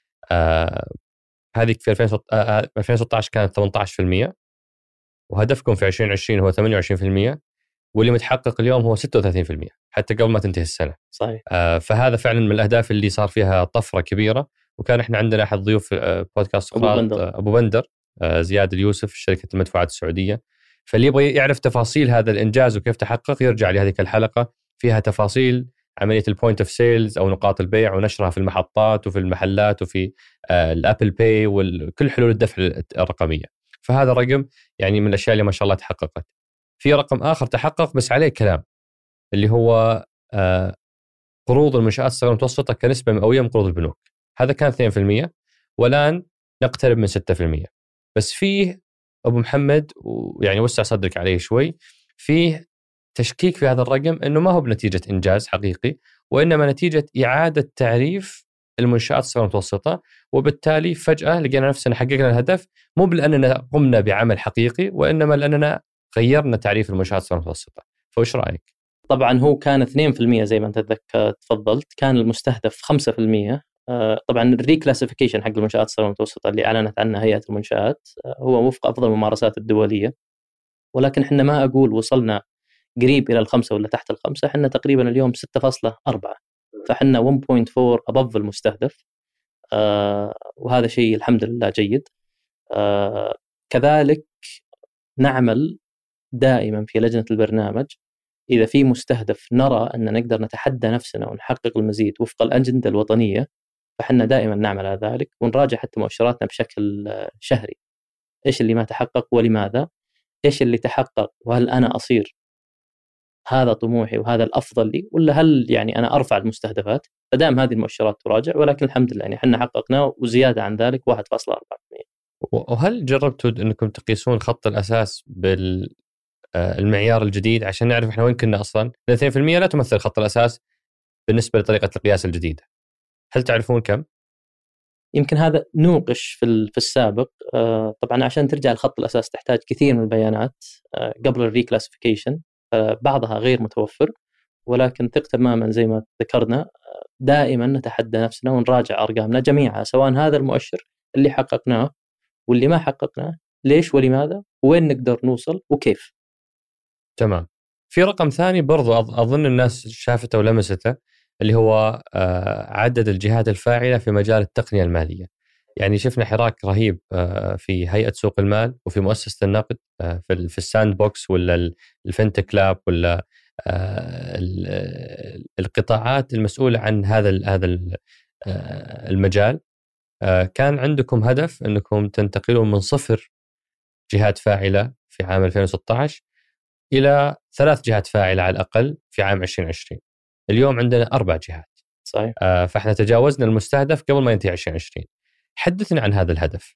آه هذه في ألفين وستة عشر كانت ثمانية عشر بالمئة، وهدفكم في عشرين عشرين هو ثمانية وعشرين بالمئة، واللي متحقق اليوم هو ستة وثلاثين بالمئة حتى قبل ما تنتهي السنة. صحيح. آه فهذا فعلا من الأهداف اللي صار فيها طفرة كبيرة. وكان إحنا عندنا أحد ضيوف آه بودكاست أبو بندر, آه أبو بندر آه زياد اليوسف شركة المدفوعات السعودية. فاللي يبغى يعرف تفاصيل هذا الإنجاز وكيف تحقق يرجع لهذه الحلقة، فيها تفاصيل عملية البوينت اوف سيلز أو نقاط البيع ونشرها في المحطات وفي المحلات وفي آه الأبل باي وكل حلول الدفع الرقمية. فهذا رقم يعني من الأشياء اللي ما شاء الله تحققت. في رقم آخر تحقق بس عليه كلام، اللي هو آه قروض المنشآت الصغيرة والمتوسطة كنسبة مئوية من قروض البنوك. هذا كان اثنين بالمئة والآن نقترب من ستة بالمئة. بس فيه أبو محمد ويعني وسع صدرك عليه شوي، فيه تشكيك في هذا الرقم أنه ما هو بنتيجة إنجاز حقيقي، وإنما نتيجة إعادة تعريف المنشآت الصغيرة والمتوسطة. وبالتالي فجأة لقينا نفسنا حققنا الهدف مو بأننا قمنا بعمل حقيقي، وإنما لأننا غيرنا تعريف المنشآت الصغيرة والمتوسطة. فوش رأيك؟ طبعا هو كان اثنين بالمئة زي ما انت تفضلت، كان المستهدف خمسة بالمئة. طبعا الريكلاسيفيكيشن حق المنشآت الصغيرة والمتوسطة اللي أعلنت عنها هيئة المنشآت هو وفق أفضل الممارسات الدولية، ولكن احنا ما أقول وصلنا قريب إلى الخمسة ولا تحت الخمسة، احنا تقريبا اليوم ستة فاصلة أربعة، فاحنا واحد فاصلة أربعة above المستهدف. آه وهذا شيء الحمد لله جيد. آه كذلك نعمل دائما في لجنة البرنامج إذا في مستهدف نرى أن نقدر نتحدى نفسنا ونحقق المزيد وفق الأجندة الوطنية، فحنا دائما نعمل على ذلك ونراجع حتى مؤشراتنا بشكل شهري. إيش اللي ما تحقق ولماذا؟ إيش اللي تحقق وهل أنا أصير هذا طموحي وهذا الأفضل لي، ولا هل يعني أنا أرفع المستهدفات؟ فدام هذه المؤشرات تراجع، ولكن الحمد لله يعني حنا حققنا وزيادة عن ذلك واحد فاصلة أربعة بالمئة. وهل جربتوا أنكم تقيسون خط الأساس بالمعيار الجديد عشان نعرف إحنا وين كنا أصلاً؟ اثنين بالمئة لا تمثل خط الأساس بالنسبة لطريقة القياس الجديدة. هل تعرفون كم؟ يمكن هذا نوقش في في السابق. طبعا عشان ترجع لخط الأساس تحتاج كثير من البيانات قبل الريكلاسيفيكيشن، بعضها غير متوفر، ولكن ثق تماما زي ما ذكرنا دائما نتحدى نفسنا ونراجع أرقامنا جميعها، سواء هذا المؤشر اللي حققناه واللي ما حققناه ليش ولماذا وين نقدر نوصل وكيف. تمام. في رقم ثاني برضو أظن الناس شافته ولمسته، اللي هو عدد الجهات الفاعلة في مجال التقنية المالية. يعني شفنا حراك رهيب في هيئة سوق المال وفي مؤسسة النقد في الساند بوكس ولا الفنتك لاب ولا القطاعات المسؤولة عن هذا هذا المجال. كان عندكم هدف أنكم تنتقلوا من صفر جهات فاعلة في عام ألفين وستة عشر إلى ثلاث جهات فاعلة على الأقل في عام عشرين عشرين. اليوم عندنا أربع جهات. صحيح. آه فإحنا تجاوزنا المستهدف قبل ما ينتهي عشرين عشرين. حدثنا عن هذا الهدف.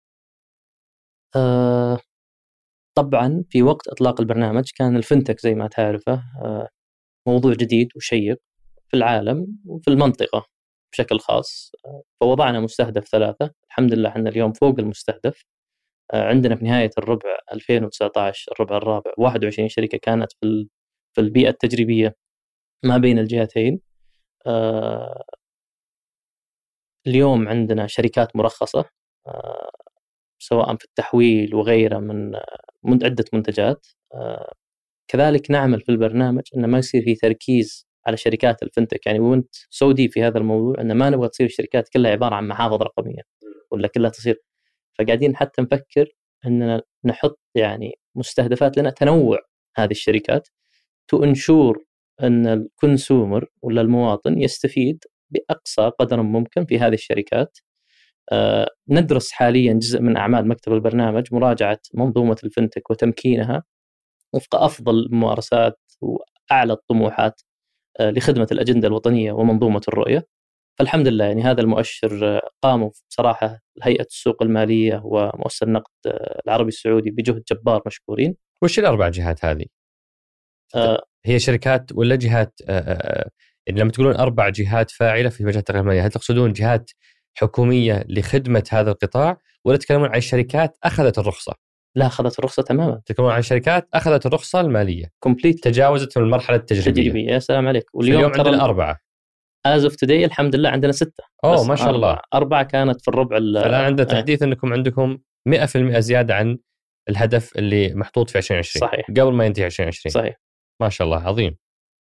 آه طبعا في وقت إطلاق البرنامج كان الفنتك زي ما تعرفه آه موضوع جديد وشيق في العالم وفي المنطقة بشكل خاص. آه فوضعنا مستهدف ثلاثة. الحمد لله احنا اليوم فوق المستهدف. آه عندنا في نهاية الربع ألفين وتسعة عشر الربع الرابع واحد وعشرين شركة كانت في في البيئة التجريبية ما بين الجهتين. آه اليوم عندنا شركات مرخصة آه سواء في التحويل وغيره من من عدة منتجات. آه كذلك نعمل في البرنامج أن ما يصير في تركيز على شركات الفنتك، يعني وانت سودي في هذا الموضوع أن ما نبغى تصير الشركات كلها عبارة عن محافظ رقمية ولا كلها تصير. فقاعدين حتى نفكر أننا نحط يعني مستهدفات لنا تنوع هذه الشركات تو انشور أن الكونسومر ولا المواطن يستفيد بأقصى قدر ممكن في هذه الشركات. آه ندرس حاليا جزء من أعمال مكتب البرنامج مراجعة منظومة الفنتك وتمكينها وفق أفضل الممارسات وأعلى الطموحات آه لخدمة الأجندة الوطنية ومنظومة الرؤية. فالحمد لله يعني هذا المؤشر قاموا بصراحة هيئة السوق المالية ومؤسسة النقد العربي السعودي بجهد جبار مشكورين. وش الأربع جهات هذه؟ آه هي شركات ولا جهات؟ آه يعني لما تقولون أربع جهات فاعلة في مجال التقنية المالية، هل تقصدون جهات حكومية لخدمة هذا القطاع ولا تتكلمون عن شركات أخذت الرخصة؟ لا، أخذت الرخصة تماما. تتكلمون عن شركات أخذت الرخصة المالية كومبليت، تجاوزت من المرحلة التجريبية. تجريبية. يا سلام عليك. واليوم عندنا أربعة. As of today الحمد لله عندنا ستة. أوه ما شاء أربعة. الله. أربعة كانت في الربع. فالآن عندنا تحديث اه. أنكم عندكم مئة بالمئة زيادة عن الهدف اللي محطوط في عشرين عشرين. صحيح. قبل ما ينتهي عشرين عشرين. صحيح. ما شاء الله عظيم.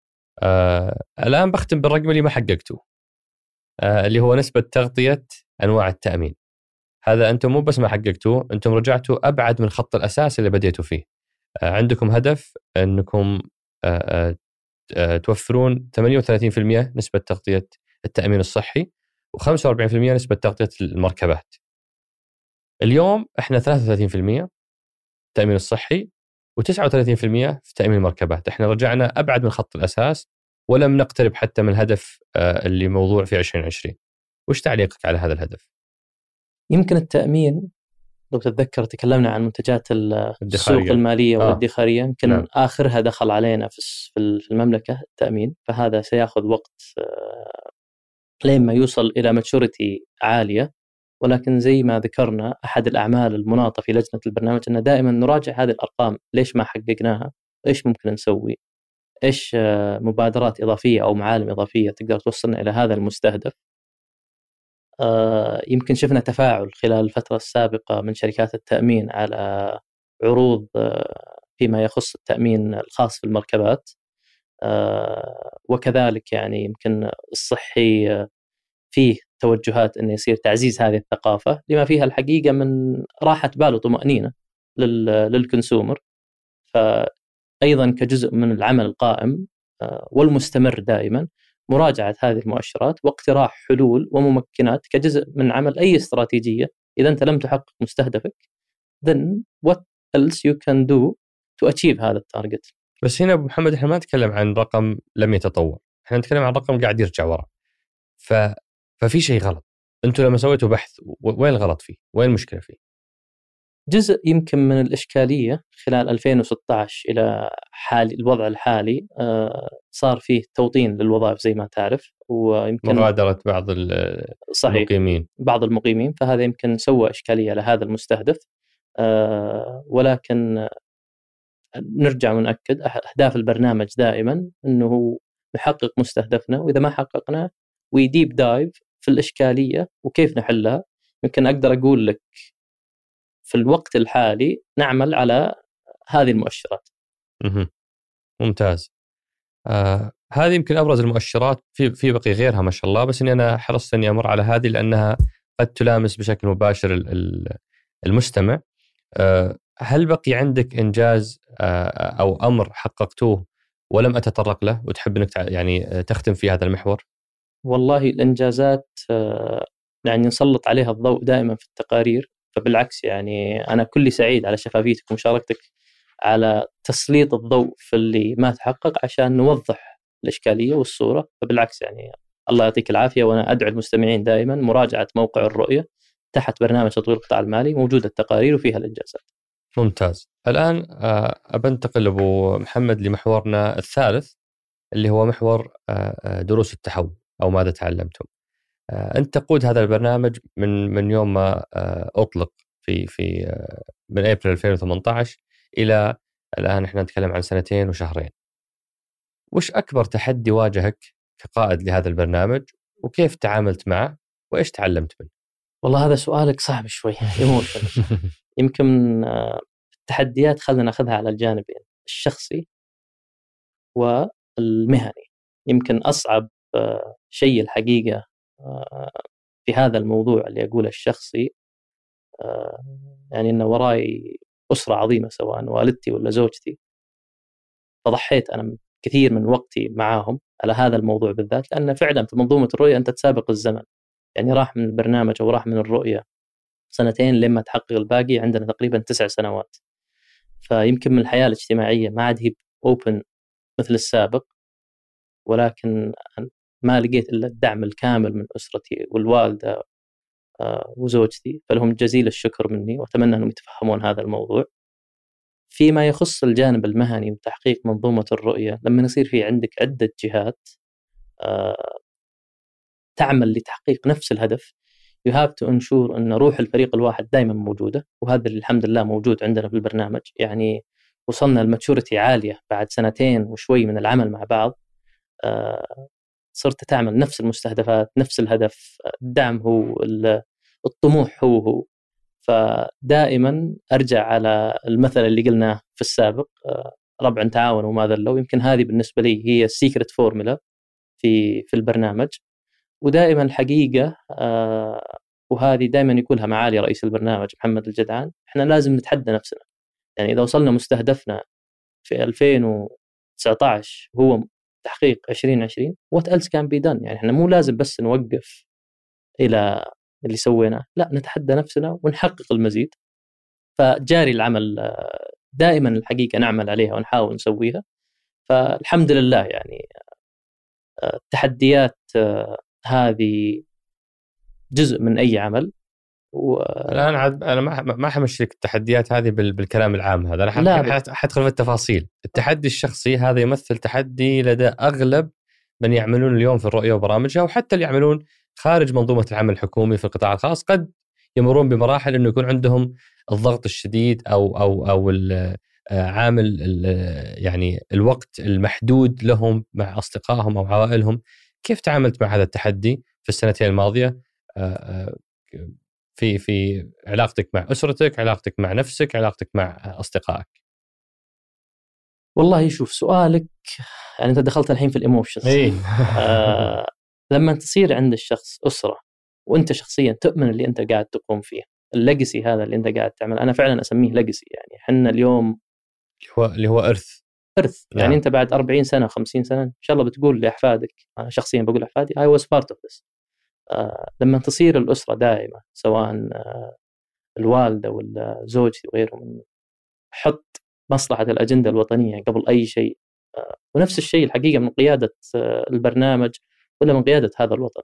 آه الآن بختم بالرقم اللي ما حققتوه، آه اللي هو نسبة تغطية أنواع التأمين. هذا أنتم مو بس ما حققتوه، أنتم رجعتوا أبعد من خط الأساس اللي بديتوا فيه. آه عندكم هدف أنكم آه آه توفرون ثمانية وثلاثين بالمئة نسبة تغطية التأمين الصحي وخمسة وأربعين بالمئة نسبة تغطية المركبات. اليوم إحنا ثلاثة وثلاثين بالمئة التأمين الصحي وتسعة وثلاثين بالمئة في تأمين المركبات. إحنا رجعنا أبعد من خط الأساس ولم نقترب حتى من الهدف اللي موضوع في عشرين عشرين. وش تعليقك على هذا الهدف؟ يمكن التأمين لو تتذكر تكلمنا عن منتجات السوق المالية آه. والادخارية، يمكن نعم. آخرها دخل علينا في المملكة التأمين، فهذا سيأخذ وقت لين ما يوصل إلى ماتشوريتي عالية. ولكن زي ما ذكرنا أحد الأعمال المناطة في لجنة البرنامج أن دائما نراجع هذه الأرقام، ليش ما حققناها، إيش ممكن نسوي، إيش مبادرات إضافية أو معالم إضافية تقدر توصلنا إلى هذا المستهدف. آه يمكن شفنا تفاعل خلال الفترة السابقة من شركات التأمين على عروض آه فيما يخص التأمين الخاص في المركبات. آه وكذلك يعني يمكن الصحي آه فيه توجهات أن يصير تعزيز هذه الثقافة لما فيها الحقيقة من راحة بال وطمأنينة للكونسومر. فأيضا كجزء من العمل القائم والمستمر دائما مراجعة هذه المؤشرات واقتراح حلول وممكنات كجزء من عمل أي استراتيجية. إذا أنت لم تحقق مستهدفك then what else you can do to achieve هذا التارجت. بس هنا أبو محمد إحنا ما نتكلم عن رقم لم يتطور، إحنا نتكلم عن رقم قاعد يرجع وراء. ف ففي شيء غلط. أنتوا لما سويتوا بحث وين الغلط فيه؟ وين المشكلة فيه؟ جزء يمكن من الإشكالية خلال ألفين وستة عشر إلى حال الوضع الحالي صار فيه توطين للوظائف زي ما تعرف، ويمكن مغادرة بعض المقيمين بعض المقيمين فهذا يمكن سوى إشكالية لهذا المستهدف. ولكن نرجع ونأكد أهداف البرنامج دائما أنه نحقق مستهدفنا، وإذا ما حققنا ويديب دايف في الإشكالية وكيف نحلها. يمكن أقدر أقول لك في الوقت الحالي نعمل على هذه المؤشرات. ممتاز. آه هذه يمكن أبرز المؤشرات، في في بقي غيرها ما شاء الله، بس إني أنا حرصت إني أمر على هذه لأنها قد تلامس بشكل مباشر المستمع. آه هل بقي عندك إنجاز آه أو أمر حققتوه ولم أتطرق له وتحب إنك يعني تختم في هذا المحور؟ والله الإنجازات آه يعني نسلط عليها الضوء دائما في التقارير، فبالعكس يعني أنا كل سعيد على شفافيتك ومشاركتك على تسليط الضوء في اللي ما تحقق عشان نوضح الإشكالية والصورة. فبالعكس يعني الله يعطيك العافية، وأنا أدعو المستمعين دائما مراجعة موقع الرؤية تحت برنامج تطوير القطاع المالي، موجودة التقارير وفيها الإنجازات. ممتاز. الآن أبنتقل أبو محمد لمحورنا الثالث اللي هو محور دروس التحول أو ماذا تعلمتم. أنت تقود هذا البرنامج من من يوم ما أطلق في في من أبريل ألفين وثمانية عشر إلى الآن، إحنا نتكلم عن سنتين وشهرين. وش أكبر تحدي واجهك كقائد لهذا البرنامج، وكيف تعاملت معه، وإيش تعلمت منه؟ والله هذا سؤالك صعب شوي يمكن التحديات خلينا ناخذها على الجانبين الشخصي والمهني. يمكن أصعب شيء الحقيقة في هذا الموضوع اللي أقوله الشخصي، يعني أن وراي أسرة عظيمة سواء والدتي ولا زوجتي، فضحيت أنا كثير من وقتي معاهم على هذا الموضوع بالذات، لأن فعلا في منظومة الرؤية أنت تسابق الزمن. يعني راح من البرنامج أو راح من الرؤية سنتين لما تحقق الباقي، عندنا تقريبا تسع سنوات. فيمكن من الحياة الاجتماعية ما عاد هي أوبن مثل السابق، ولكن ما لقيت إلا الدعم الكامل من أسرتي والوالدة وزوجتي، فلهم جزيل الشكر مني وأتمنى أنهم يتفهمون هذا الموضوع. فيما يخص الجانب المهني وتحقيق منظومة الرؤية، لما يصير في عندك عدة جهات تعمل لتحقيق نفس الهدف، you have to ensure أن روح الفريق الواحد دائما موجودة، وهذا اللي الحمد لله موجود عندنا في البرنامج. يعني وصلنا لماتشوريتي عالية بعد سنتين وشوي من العمل مع بعض. صرت تعمل نفس المستهدفات، نفس الهدف، الدعم هو، الطموح هو هو. فدائما أرجع على المثل اللي قلناه في السابق، ربع تعاون وما ذلوا. يمكن هذه بالنسبة لي هي السيكرت فورمولا في في البرنامج. ودائما الحقيقة وهذه دائما يقولها معالي رئيس البرنامج محمد الجدعان، احنا لازم نتحدى نفسنا. يعني إذا وصلنا مستهدفنا في ألفين وتسعة عشر هو تحقيق عشرين عشرين what else can be done، يعني احنا مو لازم بس نوقف إلى اللي سويناه، لا نتحدى نفسنا ونحقق المزيد. فجاري العمل دائما الحقيقة نعمل عليها ونحاول نسويها. فالحمد لله يعني التحديات هذه جزء من أي عمل. و... الآن عاد أنا ما ما حمشيك التحديات هذه بال... بالكلام العام هذا، أنا حدخل في التفاصيل. التحدي الشخصي هذا يمثل تحدي لدى أغلب من يعملون اليوم في الرؤية وبرامجها، وحتى اللي يعملون خارج منظومة العمل الحكومي في القطاع الخاص قد يمرون بمراحل إنه يكون عندهم الضغط الشديد أو أو أو عامل يعني الوقت المحدود لهم مع أصدقائهم أو عوائلهم. كيف تعاملت مع هذا التحدي في السنتين الماضية في في علاقتك مع أسرتك، علاقتك مع نفسك، علاقتك مع أصدقائك؟ والله شوف سؤالك، يعني أنت دخلت الحين في الإيموشنز. إيه. آه لما تصير عند الشخص أسرة وأنت شخصيا تؤمن اللي أنت قاعد تقوم فيه، الليجسي هذا اللي أنت قاعد تعمل، أنا فعلا أسميه ليجسي. يعني حنا اليوم هو اللي هو إرث إرث يعني نعم. أنت بعد أربعين سنة خمسين سنة إن شاء الله بتقول لأحفادك، أنا شخصيا بقول لأحفادي I was part of this. آه لما تصير الأسرة دائمة سواء آه الوالدة ولا زوجتي وغيرهم، حط مصلحة الأجندة الوطنية قبل أي شيء. آه ونفس الشيء الحقيقة من قيادة آه البرنامج ولا من قيادة هذا الوطن.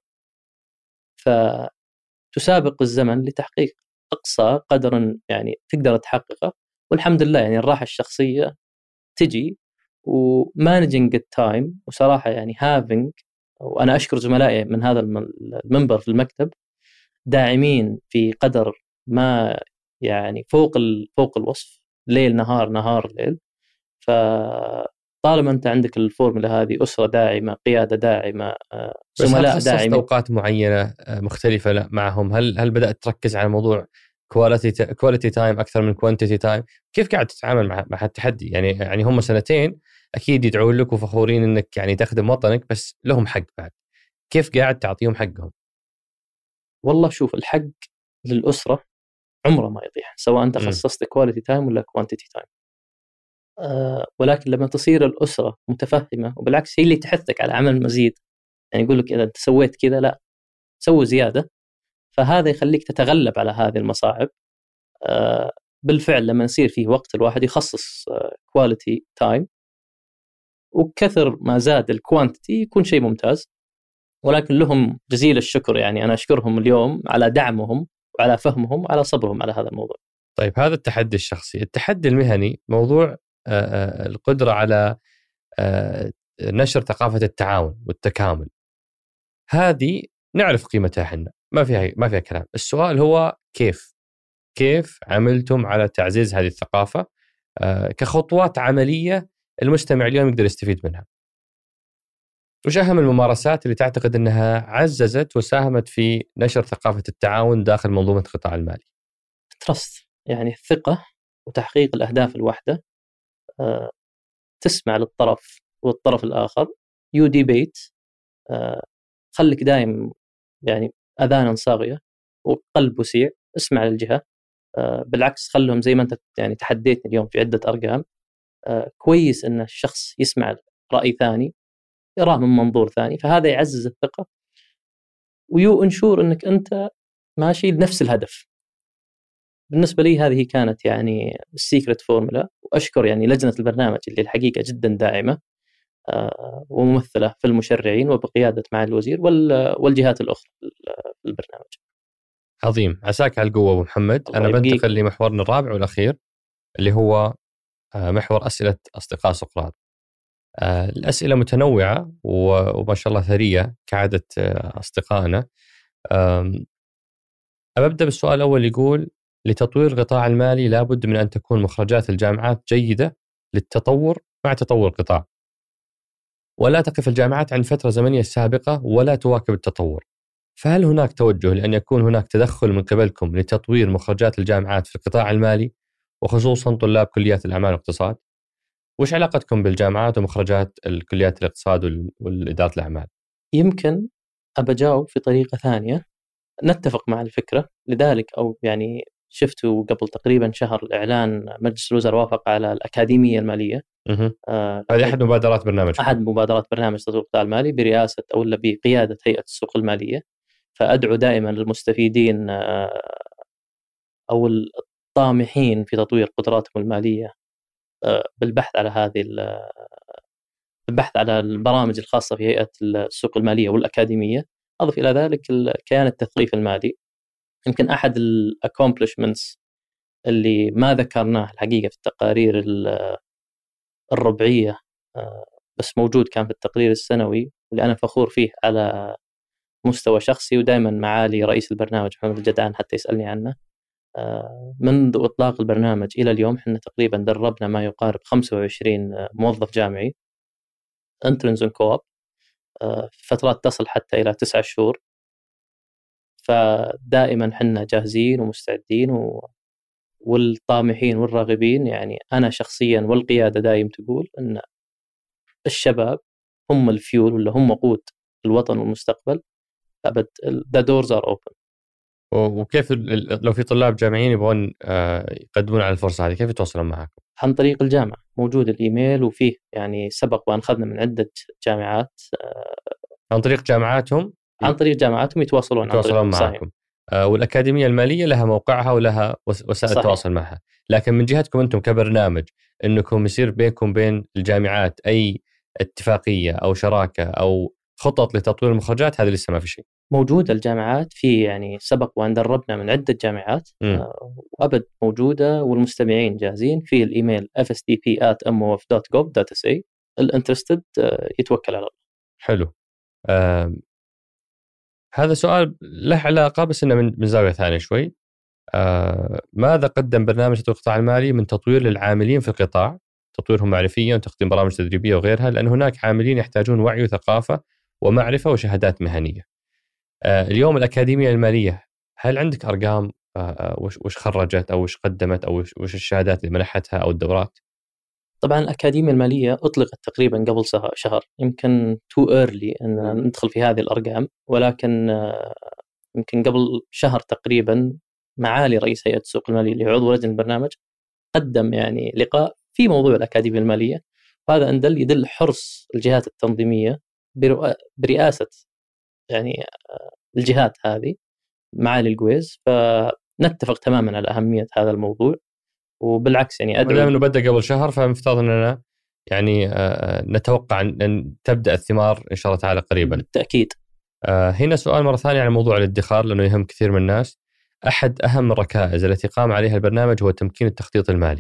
فتسابق الزمن لتحقيق أقصى قدر يعني تقدر تحققه. والحمد لله يعني الراحة الشخصية تجي ومانجينج التايم. وصراحة يعني having، وأنا أشكر زملائي من هذا المنبر في المكتب داعمين في قدر ما يعني فوق فوق الوصف، ليل نهار نهار ليل. فطالما أنت عندك الفورمولا هذه، أسرة داعمة، قيادة داعمة، زملاء داعمين. أوقات معينة مختلفة معهم، هل هل بدأت تركز على موضوع كواليتي كواليتي تايم أكثر من كوانتيتي تايم؟ كيف قاعد تتعامل مع مع التحدي؟ يعني يعني هم سنتين أكيد يدعون لك وفخورين إنك يعني تخدم وطنك، بس لهم حق بعد. كيف قاعد تعطيهم حقهم؟ والله شوف، الحق للأسرة عمره ما يضيع، سواء أنت خصصت كواليتي تايم ولا كوانتيتي تايم. أه ولكن لما تصير الأسرة متفهمة، وبالعكس هي اللي تحثك على عمل مزيد، يعني يقول لك إذا أنت سويت كذا لا سوي زيادة، فهذا يخليك تتغلب على هذه المصاعب. أه بالفعل لما يصير فيه وقت الواحد يخصص كواليتي تايم، وكثر ما زاد الكوانتيتي يكون شيء ممتاز. ولكن لهم جزيل الشكر، يعني أنا أشكرهم اليوم على دعمهم وعلى فهمهم وعلى صبرهم على هذا الموضوع. طيب هذا التحدي الشخصي. التحدي المهني موضوع القدرة على نشر ثقافة التعاون والتكامل، هذه نعرف قيمتها احنا، ما فيها ما فيها كلام. السؤال هو كيف كيف عملتم على تعزيز هذه الثقافة كخطوات عملية المجتمع اليوم يقدر يستفيد منها؟ وش أهم الممارسات اللي تعتقد أنها عززت وساهمت في نشر ثقافة التعاون داخل منظومة القطاع المالي؟ ترست، يعني الثقة وتحقيق الأهداف الواحدة. أه، تسمع للطرف والطرف الآخر، يو ديبيت، أه، خليك دائم يعني أذانا صاغية وقلب وسيع، اسمع للجهة. أه، بالعكس خلهم زي ما أنت يعني تحديتني اليوم في عدة أرقام. أه، كويس أن الشخص يسمع رأي ثاني، يراه من منظور ثاني، فهذا يعزز الثقة ويو انشور أنك أنت ماشي لنفس الهدف. بالنسبة لي هذه كانت يعني السيكرت فورمولا، وأشكر يعني لجنة البرنامج اللي الحقيقة جدا داعمة وممثلة في المشرعين وبقيادة معالي الوزير والجهات الأخرى في البرنامج. عظيم، عساك على القوة أبو محمد. أنا بنتقل لمحورنا الرابع والأخير اللي هو محور أسئلة أصدقاء سقراط. الأسئلة متنوعة وما شاء الله ثرية كعادة أصدقائنا. أبدأ بالسؤال الأول، يقول: لتطوير القطاع المالي لابد من أن تكون مخرجات الجامعات جيدة للتطور مع تطور القطاع، ولا تقف الجامعات عن فترة زمنية سابقة ولا تواكب التطور. فهل هناك توجه لأن يكون هناك تدخل من قبلكم لتطوير مخرجات الجامعات في القطاع المالي وخصوصا طلاب كليات الأعمال والاقتصاد؟ وش علاقتكم بالجامعات ومخرجات الكليات الاقتصاد والإدارة الأعمال؟ يمكن أبجاوب في طريقة ثانية. نتفق مع الفكرة، لذلك أو يعني شفتوا قبل تقريبا شهر الإعلان مجلس الوزراء وافق على الأكاديمية المالية. آه هذه أحد مبادرات برنامج أحد مبادرات برنامج تطوير القطاع المالي برئاسة أو بقيادة هيئة السوق المالية. فأدعو دائما للمستفيدين آه أو الطامحين في تطوير قدراتهم المالية آه بالبحث على هذه البحث على البرامج الخاصة في هيئة السوق المالية والأكاديمية. أضف إلى ذلك كيان التثقيف المالي. يمكن أحد الأكومبلشمنتس اللي ما ذكرناه الحقيقة في التقارير الربعية بس موجود كان في التقرير السنوي، واللي أنا فخور فيه على مستوى شخصي، ودائما معالي رئيس البرنامج محمد الجدعان حتى يسألني عنه. منذ إطلاق البرنامج إلى اليوم حنا تقريبا دربنا ما يقارب خمسة وعشرين موظف جامعي انترنز كواب، فترات تصل حتى إلى تسعة شهور. فدائما حنا جاهزين ومستعدين و... والطامحين والراغبين. يعني أنا شخصيا والقيادة دائم تقول أن الشباب هم الفيول ولا هم وقود الوطن والمستقبل. أبد the doors are open. وكيف لو في طلاب جامعيين يبغون يقدمون على الفرصة هذه كيف يتواصلون معكم؟ عن طريق الجامعة، موجود الإيميل وفيه يعني سبق وأن أخذنا من عدة جامعات. عن طريق جامعاتهم عن طريق جامعاتهم يتواصلون يتواصلون معكم. آه والأكاديمية المالية لها موقعها ولها وسائل التواصل معها، لكن من جهتكم أنتم كبرنامج أنكم يصير بينكم بين الجامعات أي اتفاقية أو شراكة أو خطط لتطوير المخرجات، هذا لسه ما في شيء موجودة. الجامعات في يعني سبق وأن دربنا من عدة جامعات آه وأبد موجودة، والمستمعين جاهزين. في الإيميل إف إس دي بي آت إم أو إف دوت جوف دوت إس إيه. الانترستد آه يتوكل على الله. حلو. آه هذا سؤال له علاقة بس إنه من, من زاوية ثانية شوي. آه ماذا قدم برنامج تطوير القطاع المالي من تطوير للعاملين في القطاع، تطويرهم معرفيا وتقديم برامج تدريبية وغيرها، لأن هناك عاملين يحتاجون وعي وثقافة ومعرفة وشهادات مهنية. آه اليوم الأكاديمية المالية، هل عندك أرقام آه وش, وش خرجت أو وش قدمت أو وش, وش الشهادات اللي منحتها أو الدورات؟ طبعا الأكاديمية المالية أطلقت تقريبا قبل شهر، يمكن too early أن ندخل في هذه الأرقام، ولكن يمكن قبل شهر تقريبا معالي رئيس هيئة السوق المالي اللي عضو لجنة البرنامج قدم يعني لقاء في موضوع الأكاديمية المالية، وهذا أندل يدل حرص الجهات التنظيمية برئاسة يعني الجهات هذه معالي القويز. فنتفق تماما على أهمية هذا الموضوع، وبالعكس يعني أدعو. ما دام إنه بدأ قبل شهر فمفترض أننا يعني نتوقع أن تبدأ الثمار إن شاء الله تعالى قريبا. بالتأكيد. هنا سؤال مرة ثانية عن موضوع الادخار لأنه يهم كثير من الناس. أحد أهم الركائز التي قام عليها البرنامج هو تمكين التخطيط المالي،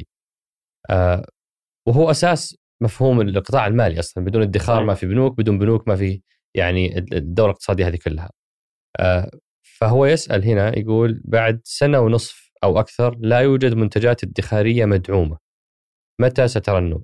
وهو أساس مفهوم القطاع المالي أصلا. بدون ادخار ما في بنوك، بدون بنوك ما في يعني الدورة الاقتصادية هذه كلها. فهو يسأل هنا يقول بعد سنة ونصف أو أكثر لا يوجد منتجات ادخارية مدعومة، متى سترى النور؟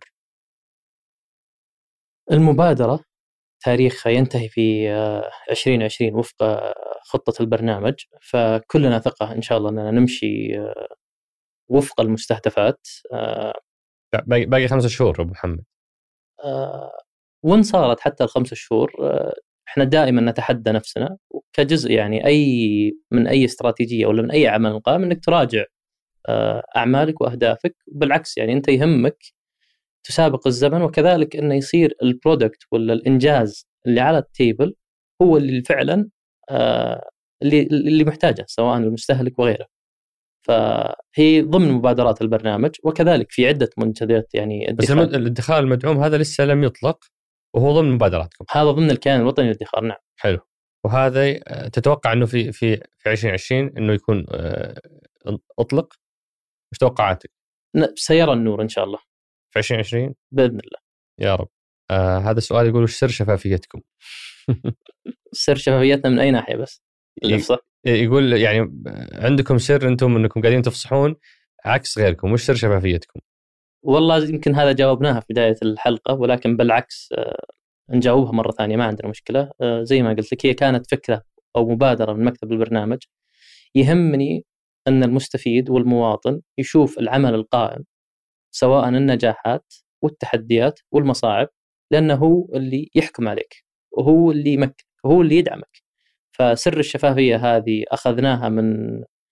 المبادرة تاريخها ينتهي في عشرين عشرين وفق خطة البرنامج، فكلنا ثقة إن شاء الله أننا نمشي وفق المستهدفات. باقي خمسة شهور أبو محمد. وإن صارت حتى الخمسة شهور إحنا دائما نتحدى نفسنا كجزء يعني أي من أي استراتيجية ولا من أي عمل قائم إنك تراجع أعمالك وأهدافك. بالعكس يعني أنت يهمك تسابق الزمن، وكذلك إنه يصير البرودكت ولا الإنجاز اللي على التيبل هو اللي فعلا اللي اللي محتاجه سواء المستهلك وغيره. فهي ضمن مبادرات البرنامج، وكذلك في عدة منتديات يعني بس الادخار المدعوم هذا لسه لم يطلق وهو ضمن مبادراتكم. هذا ضمن الكيان الوطني للادخار. نعم. حلو. وهذا تتوقع انه في في في عشرين عشرين انه يكون اطلق؟ ايش توقعاتك؟ سيرى النور ان شاء الله في عشرين عشرين باذن الله يا رب. آه هذا السؤال يقول وش سر شفافيتكم؟ سر شفافيتنا من اي ناحيه بس؟ الافصح. يقول يعني عندكم سر انتم انكم قاعدين تفصحون عكس غيركم، وش سر شفافيتكم؟ والله يمكن هذا جاوبناها في بدايه الحلقه، ولكن بالعكس نجاوبها مره ثانيه ما عندنا مشكله. زي ما قلت لك هي كانت فكره او مبادره من مكتب البرنامج. يهمني ان المستفيد والمواطن يشوف العمل القائم سواء النجاحات والتحديات والمصاعب، لانه هو اللي يحكم عليك وهو اللي يمكنك وهو اللي يدعمك. فسر الشفافية هذه أخذناها من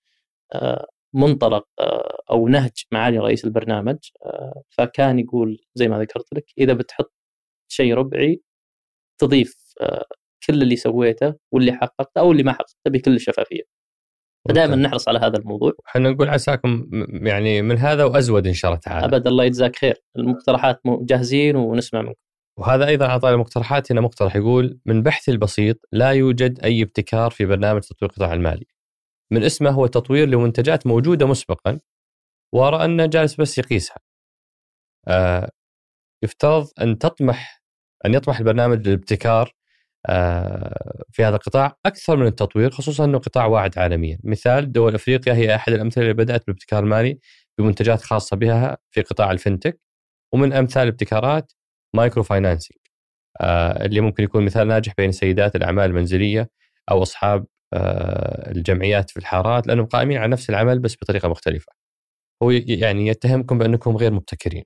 منطلق أو نهج معالي رئيس البرنامج. فكان يقول زي ما ذكرت لك إذا بتحط شيء ربعي تضيف كل اللي سويته واللي حققته أو اللي ما حققته بكل شفافية. فدائما نحرص على هذا الموضوع. احنا نقول عساكم يعني من هذا وأزود إن شاء الله تعالى. أبد الله يجزاك خير. المقترحات جاهزين ونسمع منكم. وهذا أيضا عطاء المقترحات. هنا مقترح يقول من بحثي البسيط لا يوجد أي ابتكار في برنامج تطوير القطاع المالي. من اسمه هو تطوير لمنتجات موجودة مسبقا، وأرى أنه جالس بس يقيسها. آه يفترض أن تطمح أن يطمح البرنامج للابتكار آه في هذا القطاع أكثر من التطوير، خصوصا أنه قطاع واعد عالميا. مثال دول أفريقيا هي أحد الأمثلة اللي بدأت بالابتكار المالي بمنتجات خاصة بها في قطاع الفنتك، ومن أمثال الابتكارات مايكرو فاينانسينج آه اللي ممكن يكون مثال ناجح بين سيدات الأعمال المنزلية أو أصحاب آه الجمعيات في الحارات، لأنهم قائمين على نفس العمل بس بطريقة مختلفة. هو يعني يتهمكم بأنكم غير مبتكرين.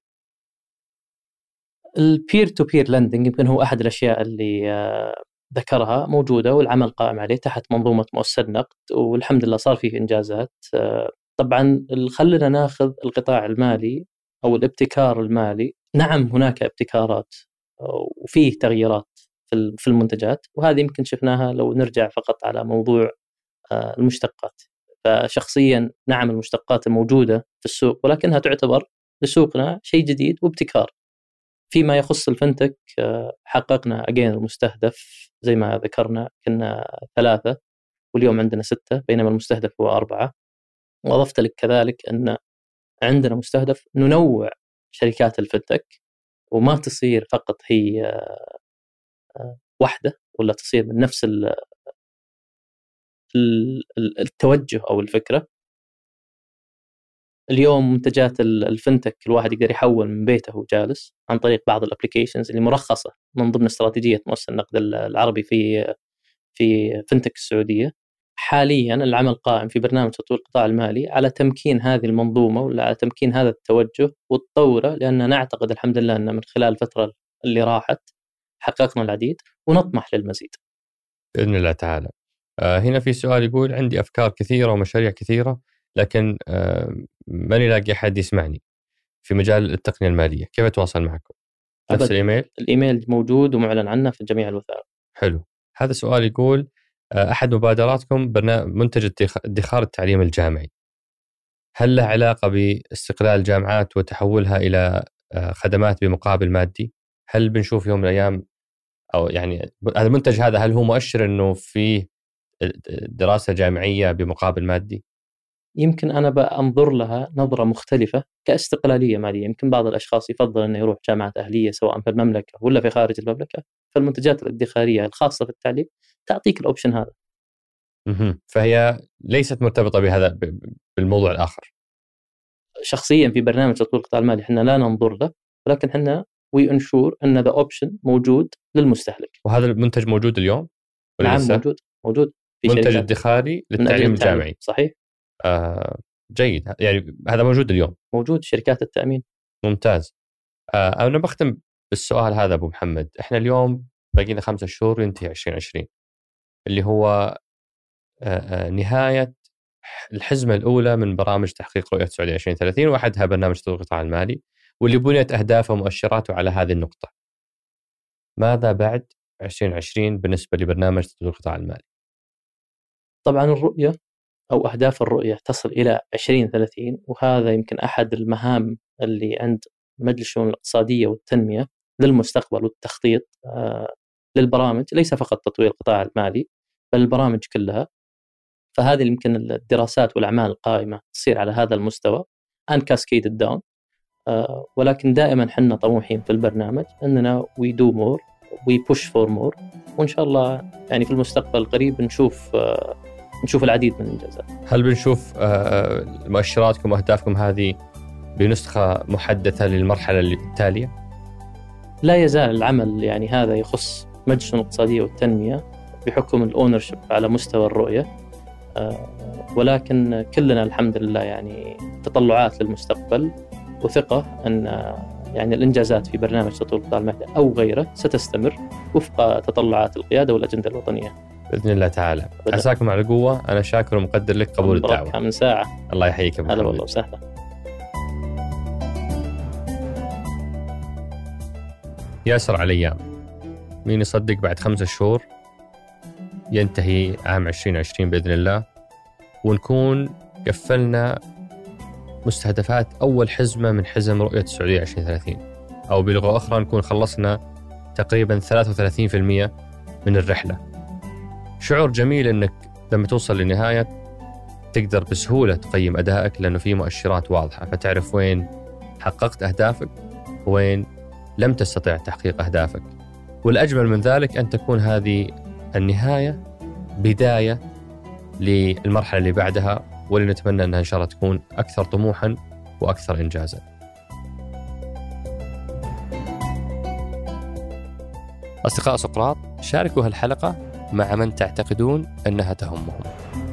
البير تو بير لندنج يمكن هو أحد الأشياء اللي آه ذكرها موجودة والعمل قائم عليه تحت منظومة مؤسسة النقد، والحمد لله صار فيه إنجازات. آه طبعا خلينا ناخذ القطاع المالي أو الابتكار المالي. نعم هناك ابتكارات وفيه تغييرات في المنتجات، وهذه يمكن شفناها لو نرجع فقط على موضوع المشتقات. فشخصيا نعم المشتقات الموجودة في السوق ولكنها تعتبر لسوقنا شيء جديد وابتكار. فيما يخص الفنتك حققنا أجين المستهدف زي ما ذكرنا كنا ثلاثة واليوم عندنا ستة، بينما المستهدف هو أربعة. وأضفت لك كذلك أن عندنا مستهدف ننوع شركات الفنتك وما تصير فقط هي واحدة ولا تصير من نفس التوجه أو الفكرة. اليوم منتجات الفنتك الواحد يقدر يحول من بيته وجالس عن طريق بعض الابليكيشنز اللي مرخصة من ضمن استراتيجية مؤسسة النقد العربي في في فنتك السعودية. حاليا العمل قائم في برنامج تطوير القطاع المالي على تمكين هذه المنظومة ولا على تمكين هذا التوجه والتطوره، لأننا نعتقد الحمد لله أن من خلال الفترة اللي راحت حققنا العديد ونطمح للمزيد بإذن الله تعالى. آه هنا في سؤال يقول عندي أفكار كثيرة ومشاريع كثيرة لكن آه ماني لاقي أحد يسمعني في مجال التقنية المالية، كيف أتواصل معكم؟ نفس الإيميل؟ الإيميل موجود ومعلن عنه في جميع الوثائق. حلو. هذا سؤال يقول آه أحد مبادراتكم برنامج منتج ادخار التعليم الجامعي. هل له علاقة باستقلال الجامعات وتحولها إلى خدمات بمقابل مادي؟ هل بنشوف يوم من الأيام أو يعني هذا المنتج هذا هل هو مؤشر أنه فيه دراسة جامعية بمقابل مادي؟ يمكن أنا بأنظر لها نظرة مختلفة كاستقلالية مالية. يمكن بعض الأشخاص يفضل أنه يروح جامعة أهلية سواء في المملكة ولا في خارج المملكة، فالمنتجات الادخارية الخاصة في التعليم تعطيك الأوبشن هذا. فهي ليست مرتبطة بهذا بالموضوع الآخر. شخصيا في برنامج تطوير القطاع المالي احنا لا ننظر له، ولكن احنا وينشور أن ذا أوبشن موجود للمستهلك. وهذا المنتج موجود اليوم؟ نعم موجود موجود في منتج ادخاري للتعليم الجامعي. صحيح. آه جيد، يعني هذا موجود اليوم، موجود شركات التأمين. ممتاز. آه أنا بختم بالسؤال هذا أبو محمد. إحنا اليوم باقينا خمسة شهور ينتهي عشرين عشرين اللي هو آه آه نهاية الحزمة الأولى من برامج تحقيق رؤية السعودية عشرين ثلاثين، واحدها برنامج تطوير القطاع المالي واللي بنيت أهدافه ومؤشراته على هذه النقطة. ماذا بعد عشرين عشرين بالنسبة لبرنامج تطوير القطاع المالي؟ طبعا الرؤية أو أهداف الرؤية تصل إلى عشرين ثلاثين، وهذا يمكن أحد المهام اللي عند مجلس الشؤون الاقتصادية والتنمية للمستقبل والتخطيط آه للبرامج، ليس فقط تطوير القطاع المالي بل البرامج كلها. فهذه يمكن الدراسات والأعمال القائمة تصير على هذا المستوى and cascaded down. آه ولكن دائما حنا طموحين في البرنامج أننا we do more we push for more، وإن شاء الله يعني في المستقبل القريب نشوف آه نشوف العديد من الإنجازات. هل بنشوف آه مؤشراتكم وأهدافكم هذه بنسخة محدثة للمرحلة التالية؟ لا يزال العمل يعني هذا يخص مجلس الشؤون الاقتصادية والتنمية بحكم الأونرشيب على مستوى الرؤية، آه ولكن كلنا الحمد لله يعني تطلعات للمستقبل وثقة أن يعني الإنجازات في برنامج تطوير القطاع المالي أو غيره ستستمر وفق تطلعات القيادة والأجندة الوطنية بإذن الله تعالى. عساكم على قوة. أنا شاكر ومقدر لك قبول الدعوة. من ساعة. الله يحييك أبو محمد. هلا والله وسهلا. ياسر على أيام، مين يصدق بعد خمسة شهور ينتهي عام عشرين عشرين بإذن الله ونكون قفلنا مستهدفات أول حزمة من حزم رؤية السعودية عشرين ثلاثين، أو بلغة أخرى نكون خلصنا تقريبا ثلاثة وثلاثين بالمئة من الرحلة. شعور جميل أنك لما توصل للنهاية تقدر بسهولة تقيم أدائك لأنه في مؤشرات واضحة، فتعرف وين حققت أهدافك وين لم تستطع تحقيق أهدافك. والأجمل من ذلك أن تكون هذه النهاية بداية للمرحلة اللي بعدها، واللي نتمنى أنها إن شاء الله تكون أكثر طموحا وأكثر إنجازا. أصدقاء سقراط، شاركوا هالحلقة مع من تعتقدون أنها تهمهم.